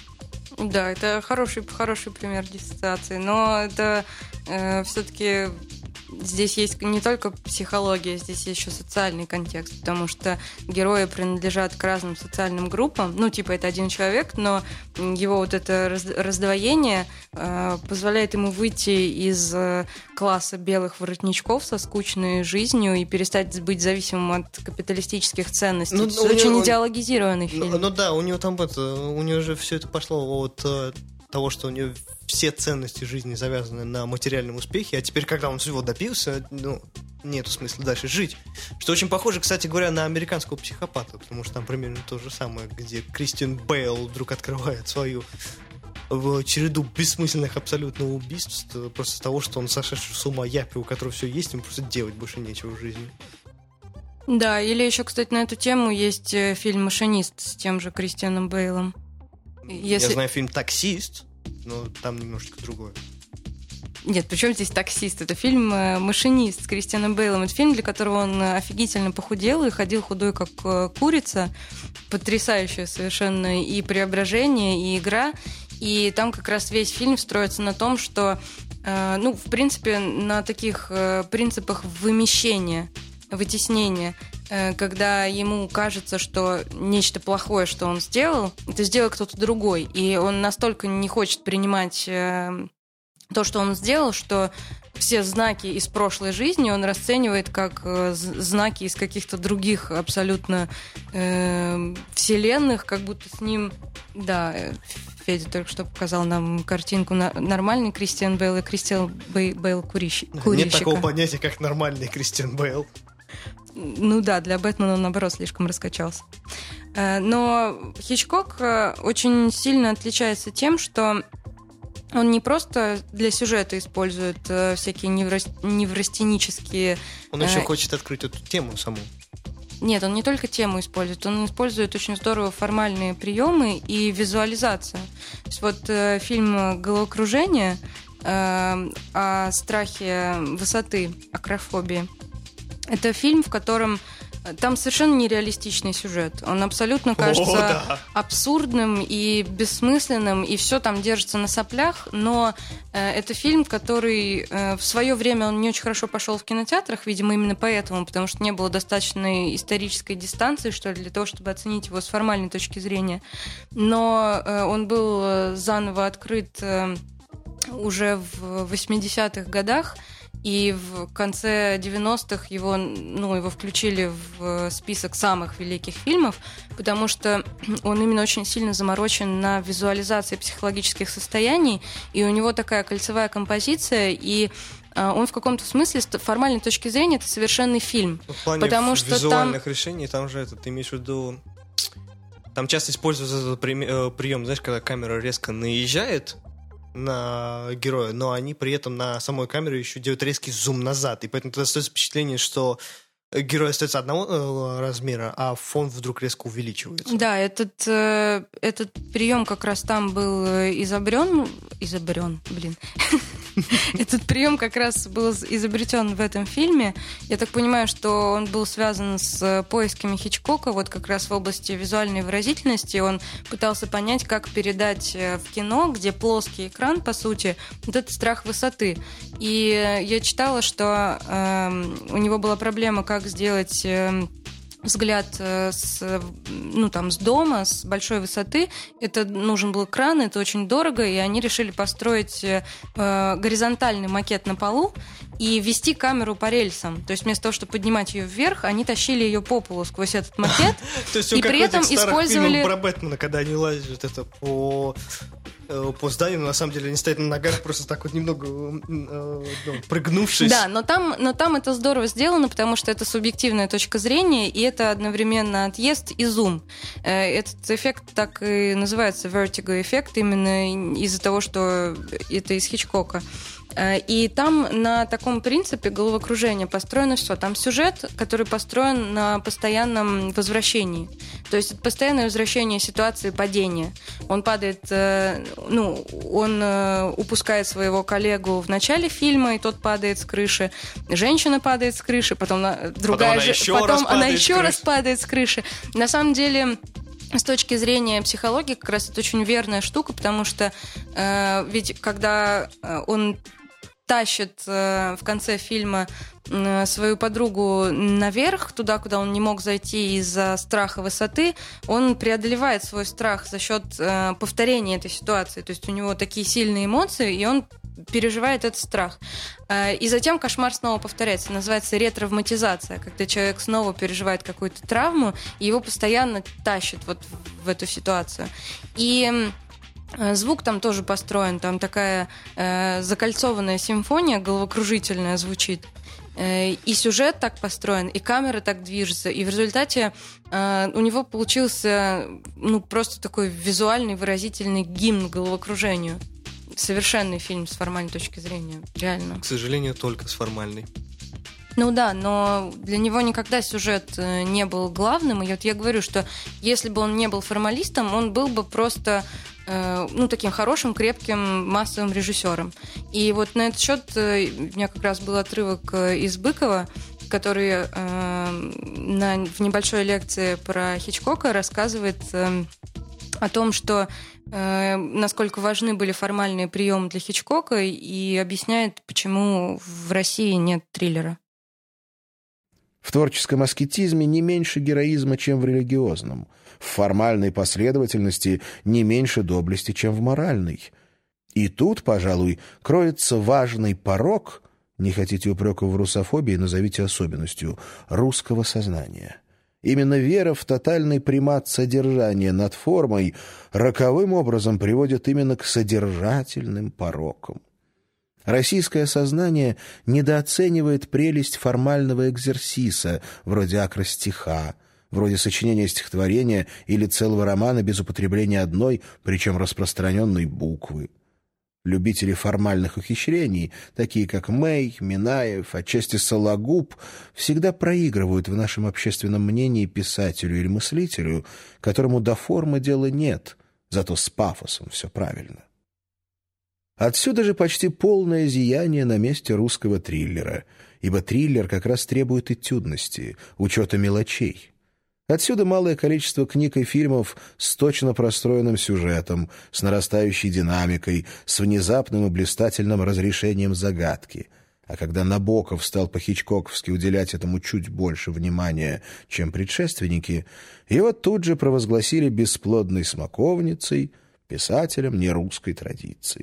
Да, это хороший, хороший пример диссоциации, но это э, все-таки... Здесь есть не только психология, здесь есть еще социальный контекст, потому что герои принадлежат к разным социальным группам. Ну, типа, это один человек, но его вот это раздвоение э, позволяет ему выйти из э, класса белых воротничков со скучной жизнью и перестать быть зависимым от капиталистических ценностей. Ну, это очень него, идеологизированный фильм. Ну, ну да, у него там это, у него же все это пошло от э, того, что у него все ценности жизни завязаны на материальном успехе, а теперь, когда он всего добился, ну, нету смысла дальше жить. Что очень похоже, кстати говоря, на американского психопата, потому что там примерно то же самое, где Кристиан Бейл вдруг открывает свою в череду бессмысленных абсолютно убийств просто с того, что он сошедший с ума япи, у которого все есть, ему просто делать больше нечего в жизни. Да, или еще, кстати, на эту тему есть фильм «Машинист» с тем же Кристианом Бейлом. Если... Я знаю фильм «Таксист», но там немножечко другое. Нет, причем здесь «Таксист»? Это фильм «Машинист» с Кристианом Бейлом. Это фильм, для которого он офигительно похудел и ходил худой, как курица. Потрясающее совершенно и преображение, и игра. И там как раз весь фильм строится на том, что, ну, в принципе, на таких принципах вымещения, вытеснения, когда ему кажется, что нечто плохое, что он сделал, это сделал кто-то другой. И он настолько не хочет принимать то, что он сделал, что все знаки из прошлой жизни он расценивает как знаки из каких-то других абсолютно э, вселенных, как будто с ним... Да, Федя только что показал нам картинку на нормальный Кристиан Бейл и Кристиан Бейл курильщик. Нет такого понятия, как нормальный Кристиан Бейл. Ну да, для Бэтмена он, наоборот, слишком раскачался. Но Хичкок очень сильно отличается тем, что он не просто для сюжета использует всякие неврастенические... Он еще хочет открыть эту тему саму. Нет, он не только тему использует, он использует очень здорово формальные приемы и визуализацию. То есть вот э, фильм «Головокружение» э, о страхе высоты, акрофобии. Это фильм, в котором там совершенно нереалистичный сюжет. Он абсолютно кажется О, да. абсурдным и бессмысленным, и все там держится на соплях, но э, это фильм, который э, в свое время он не очень хорошо пошел в кинотеатрах, видимо, именно поэтому, потому что не было достаточной исторической дистанции, что ли, для того, чтобы оценить его с формальной точки зрения. Но э, он был заново открыт э, уже в восьмидесятых годах, и в конце девяностых его, ну, его включили в список самых великих фильмов, потому что он именно очень сильно заморочен на визуализации психологических состояний, и у него такая кольцевая композиция, и он в каком-то смысле, с формальной точки зрения, это совершенный фильм. В плане потому что визуальных там... решений, там же это, ты имеешь в виду... Там часто используется этот прием, знаешь, когда камера резко наезжает на героя, но они при этом на самой камере еще делают резкий зум назад, и поэтому тогда остается впечатление, что герой остается одного размера, а фон вдруг резко увеличивается. Да, этот, этот прием как раз там был изобрен, изобрен, блин, Этот прием как раз был изобретен в этом фильме. Я так понимаю, что он был связан с поисками Хичкока, вот как раз в области визуальной выразительности. Он пытался понять, как передать в кино, где плоский экран, по сути, вот этот страх высоты. И я читала, что э, у него была проблема, как сделать... Э, взгляд с, ну, там, с дома, с большой высоты. Это нужен был кран, это очень дорого, и они решили построить э, горизонтальный макет на полу и вести камеру по рельсам. То есть вместо того, чтобы поднимать ее вверх, они тащили ее по полу сквозь этот макет. И при этом использовали... про Бэтмена, когда они лазят это по... по зданию, но на самом деле они стоят на ногах, просто так вот немного э, ну, прыгнувшись. Да, но там, но там это здорово сделано, потому что это субъективная точка зрения, и это одновременно отъезд и зум. Этот эффект так и называется vertigo эффект, именно из-за того, что это из Хичкока. И там на таком принципе головокружения построено все. Там сюжет, который построен на постоянном возвращении. То есть это постоянное возвращение ситуации падения. Он падает, ну, он упускает своего коллегу в начале фильма, и тот падает с крыши. Женщина падает с крыши, потом другая потом она же, еще, потом раз, она падает еще раз падает с крыши. На самом деле... С точки зрения психологии, как раз это очень верная штука, потому что э, ведь когда он тащит э, в конце фильма э, свою подругу наверх, туда, куда он не мог зайти из-за страха высоты, он преодолевает свой страх за счет э, повторения этой ситуации. То есть у него такие сильные эмоции, и он переживает этот страх. И затем кошмар снова повторяется. Называется ретравматизация, когда человек снова переживает какую-то травму, и его постоянно тащит вот в эту ситуацию. И звук там тоже построен. Там такая э, закольцованная симфония, головокружительная звучит. И сюжет так построен, и камера так движется. И в результате э, у него получился ну, просто такой визуальный, выразительный гимн головокружению. Совершенный фильм с формальной точки зрения, реально. К сожалению, только с формальной. Ну да, но для него никогда сюжет не был главным. И вот я говорю, что если бы он не был формалистом, он был бы просто э, ну, таким хорошим, крепким, массовым режиссером. И вот на этот счет у меня как раз был отрывок из Быкова, который э, на, в небольшой лекции про Хичкока рассказывает э, о том, что э, насколько важны были формальные приемы для Хичкока, и объясняет, почему в России нет триллера. В творческом аскетизме не меньше героизма, чем в религиозном. В формальной последовательности не меньше доблести, чем в моральной. И тут, пожалуй, кроется важный порок, не хотите упреков в русофобии, назовите особенностью, русского сознания. Именно вера в тотальный примат содержания над формой роковым образом приводит именно к содержательным порокам. Российское сознание недооценивает прелесть формального экзерсиса, вроде акростиха, вроде сочинения стихотворения или целого романа без употребления одной, причем распространенной буквы. Любители формальных ухищрений, такие как Мэй, Минаев, отчасти Сологуб, всегда проигрывают в нашем общественном мнении писателю или мыслителю, которому до формы дела нет, зато с пафосом все правильно. Отсюда же почти полное зияние на месте русского триллера, ибо триллер как раз требует этюдности, учета мелочей. Отсюда малое количество книг и фильмов с точно простроенным сюжетом, с нарастающей динамикой, с внезапным и блистательным разрешением загадки. А когда Набоков стал по-хичкоковски уделять этому чуть больше внимания, чем предшественники, его тут же провозгласили бесплодной смоковницей, писателем нерусской традиции.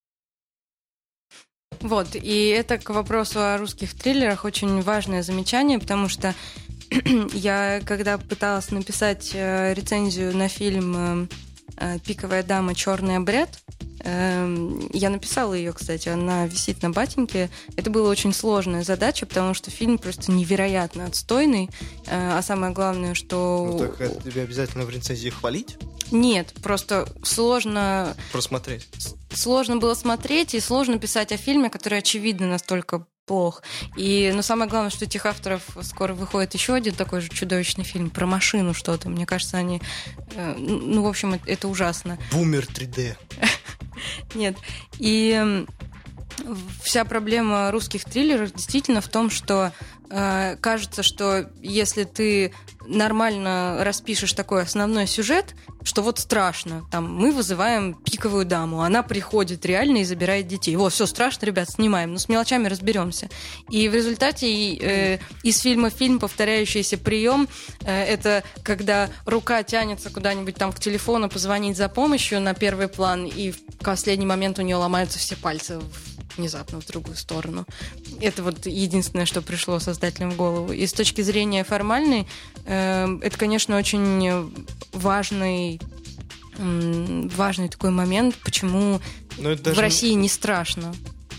Вот, и это к вопросу о русских триллерах очень важное замечание, потому что я, когда пыталась написать э, рецензию на фильм э, «Пиковая дама. Черный обряд», э, я написала ее, кстати, она висит на батеньке. Это была очень сложная задача, потому что фильм просто невероятно отстойный, э, а самое главное, что... Ну так это тебе обязательно в рецензии хвалить? Нет, просто сложно... Просмотреть. Сложно было смотреть, и сложно писать о фильме, который, очевидно, настолько плох. И, но самое главное, что этих авторов скоро выходит еще один такой же чудовищный фильм про машину что-то. Мне кажется, они... Э, ну, в общем, это, это ужасно. Бумер три дэ. Нет. И вся проблема русских триллеров действительно в том, что э, кажется, что если ты нормально распишешь такой основной сюжет, что вот страшно, там, мы вызываем пиковую даму, она приходит реально и забирает детей. Вот, все страшно, ребят, снимаем, но с мелочами разберемся. И в результате э, из фильма в фильм повторяющийся прием э, это когда рука тянется куда-нибудь там к телефону позвонить за помощью на первый план, и в последний момент у нее ломаются все пальцы внезапно в другую сторону. Это вот единственное, что пришло создателям в голову. И с точки зрения формальной, э, это, конечно, очень важный, э, важный такой момент, почему в России не страшно.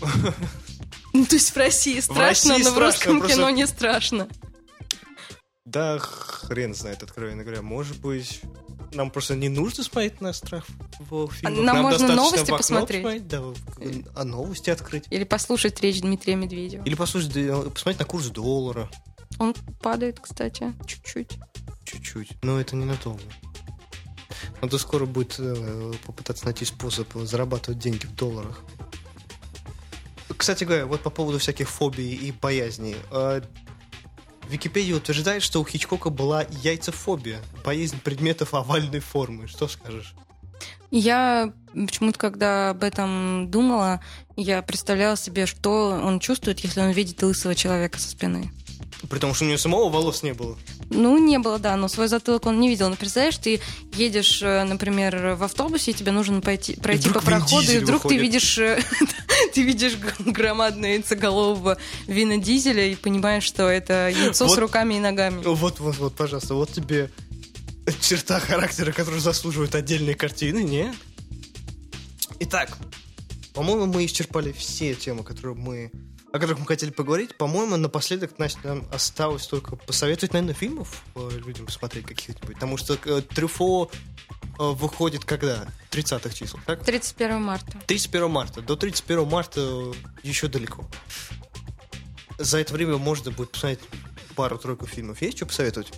Ну, то есть в России страшно, но в русском кино не страшно. Да, хрен знает, откровенно говоря. Может быть, нам просто не нужно смотреть на страх в фильмах. Нам, нам можно новости посмотреть. посмотреть. Да, а новости открыть. Или послушать речь Дмитрия Медведева. Или послушать, посмотреть на курс доллара. Он падает, кстати, чуть-чуть. Чуть-чуть, но это ненадолго. Надо скоро будет э, попытаться найти способ зарабатывать деньги в долларах. Кстати говоря, вот по поводу всяких фобий и боязней. Э, Википедия утверждает, что у Хичкока была яйцефобия, боязнь предметов овальной формы. Что скажешь? Я почему-то, когда об этом думала, я представляла себе, что он чувствует, если он видит лысого человека со спины. При том, что у него самого волос не было. Ну, не было, да, но свой затылок он не видел. Но представляешь, ты едешь, например, в автобусе, и тебе нужно пойти, пройти по проходу, и вдруг выходит. ты видишь ты видишь громадное яйцеголового Вина Дизеля и понимаешь, что это яйцо вот, с руками и ногами. Вот, вот, вот, пожалуйста, вот тебе черта характера, которая заслуживает отдельной картины, не? Итак, по-моему, мы исчерпали все темы, которые мы... о которых мы хотели поговорить. По-моему, напоследок, значит, нам осталось только посоветовать, наверное, фильмов людям посмотреть каких-нибудь. Потому что Трюфо выходит когда? тридцатых чисел, так? тридцать первого марта. тридцать первого марта. До тридцать первого марта еще далеко. За это время можно будет посмотреть пару-тройку фильмов. Есть что посоветовать?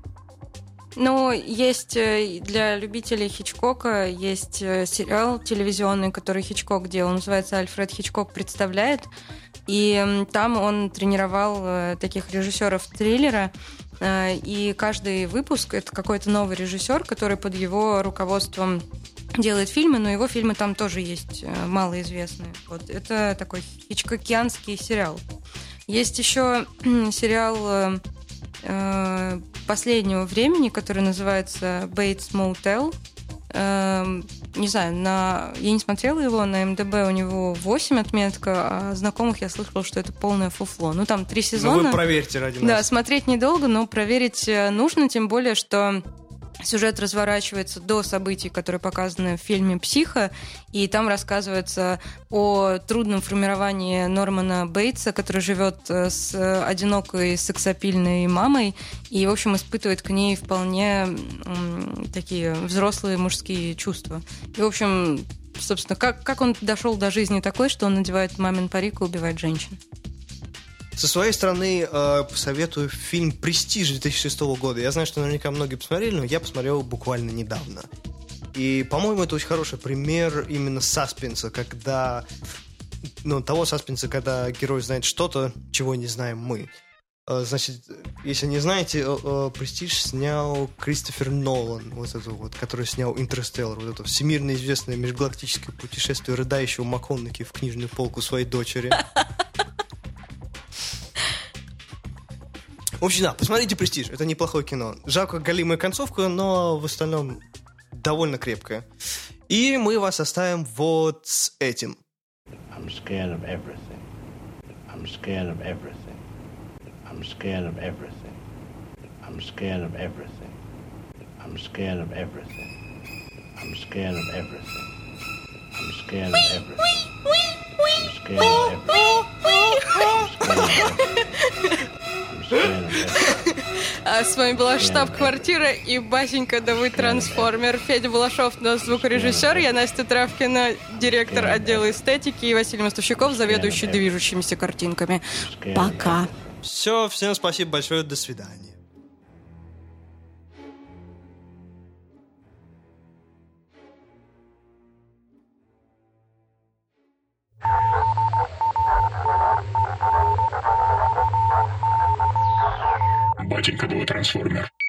Ну, есть для любителей Хичкока, есть сериал телевизионный, который Хичкок делал, называется «Альфред Хичкок представляет». И там он тренировал таких режиссеров триллера, и каждый выпуск — это какой-то новый режиссер, который под его руководством делает фильмы, но его фильмы там тоже есть малоизвестные. Вот. Это такой хичкокианский сериал. Есть еще сериал последнего времени, который называется «Bates Motel». Не знаю, на... я не смотрела его, на эм дэ бэ у него восемь отметка, а знакомых я слышала, что это полное фуфло. Ну, там три сезона. Ну, вы проверьте ради нас. Да, смотреть недолго, но проверить нужно, тем более, что сюжет разворачивается до событий, которые показаны в фильме «Психо», и там рассказывается о трудном формировании Нормана Бейтса, который живет с одинокой сексапильной мамой и, в общем, испытывает к ней вполне м, такие взрослые мужские чувства. И, в общем, собственно, как, как он дошел до жизни такой, что он надевает мамин парик и убивает женщин. Со своей стороны, э, посоветую фильм «Престиж» две тысячи шестого года. Я знаю, что наверняка многие посмотрели, но я посмотрел буквально недавно. И, по-моему, это очень хороший пример именно саспенса, когда... Ну, того саспенса, когда герой знает что-то, чего не знаем мы. Э, значит, если не знаете, э, э, «Престиж» снял Кристофер Нолан, вот это вот, который снял «Интерстеллар», вот это всемирно известное межгалактическое путешествие рыдающего МакКонахи в книжную полку своей дочери. В общем, да, посмотрите «Престиж», это неплохое кино. Жалко галимая концовка, но в остальном довольно крепкое. И мы вас оставим вот с этим. I'm scared of everything. I'm scared of everything. I'm scared of everything. I'm scared of everything. I'm scared of everything. I'm scared of everything. I'm scared of everything. I'm scared of everything. А с вами была штаб-квартира и Басенька да вы трансформер. Федя Балашов, наш звукорежиссер, я Настя Травкина, директор отдела эстетики, и Василий Мостовщиков, заведующий движущимися картинками. Пока. Все, всем спасибо большое, до свидания. You батенька был трансформер.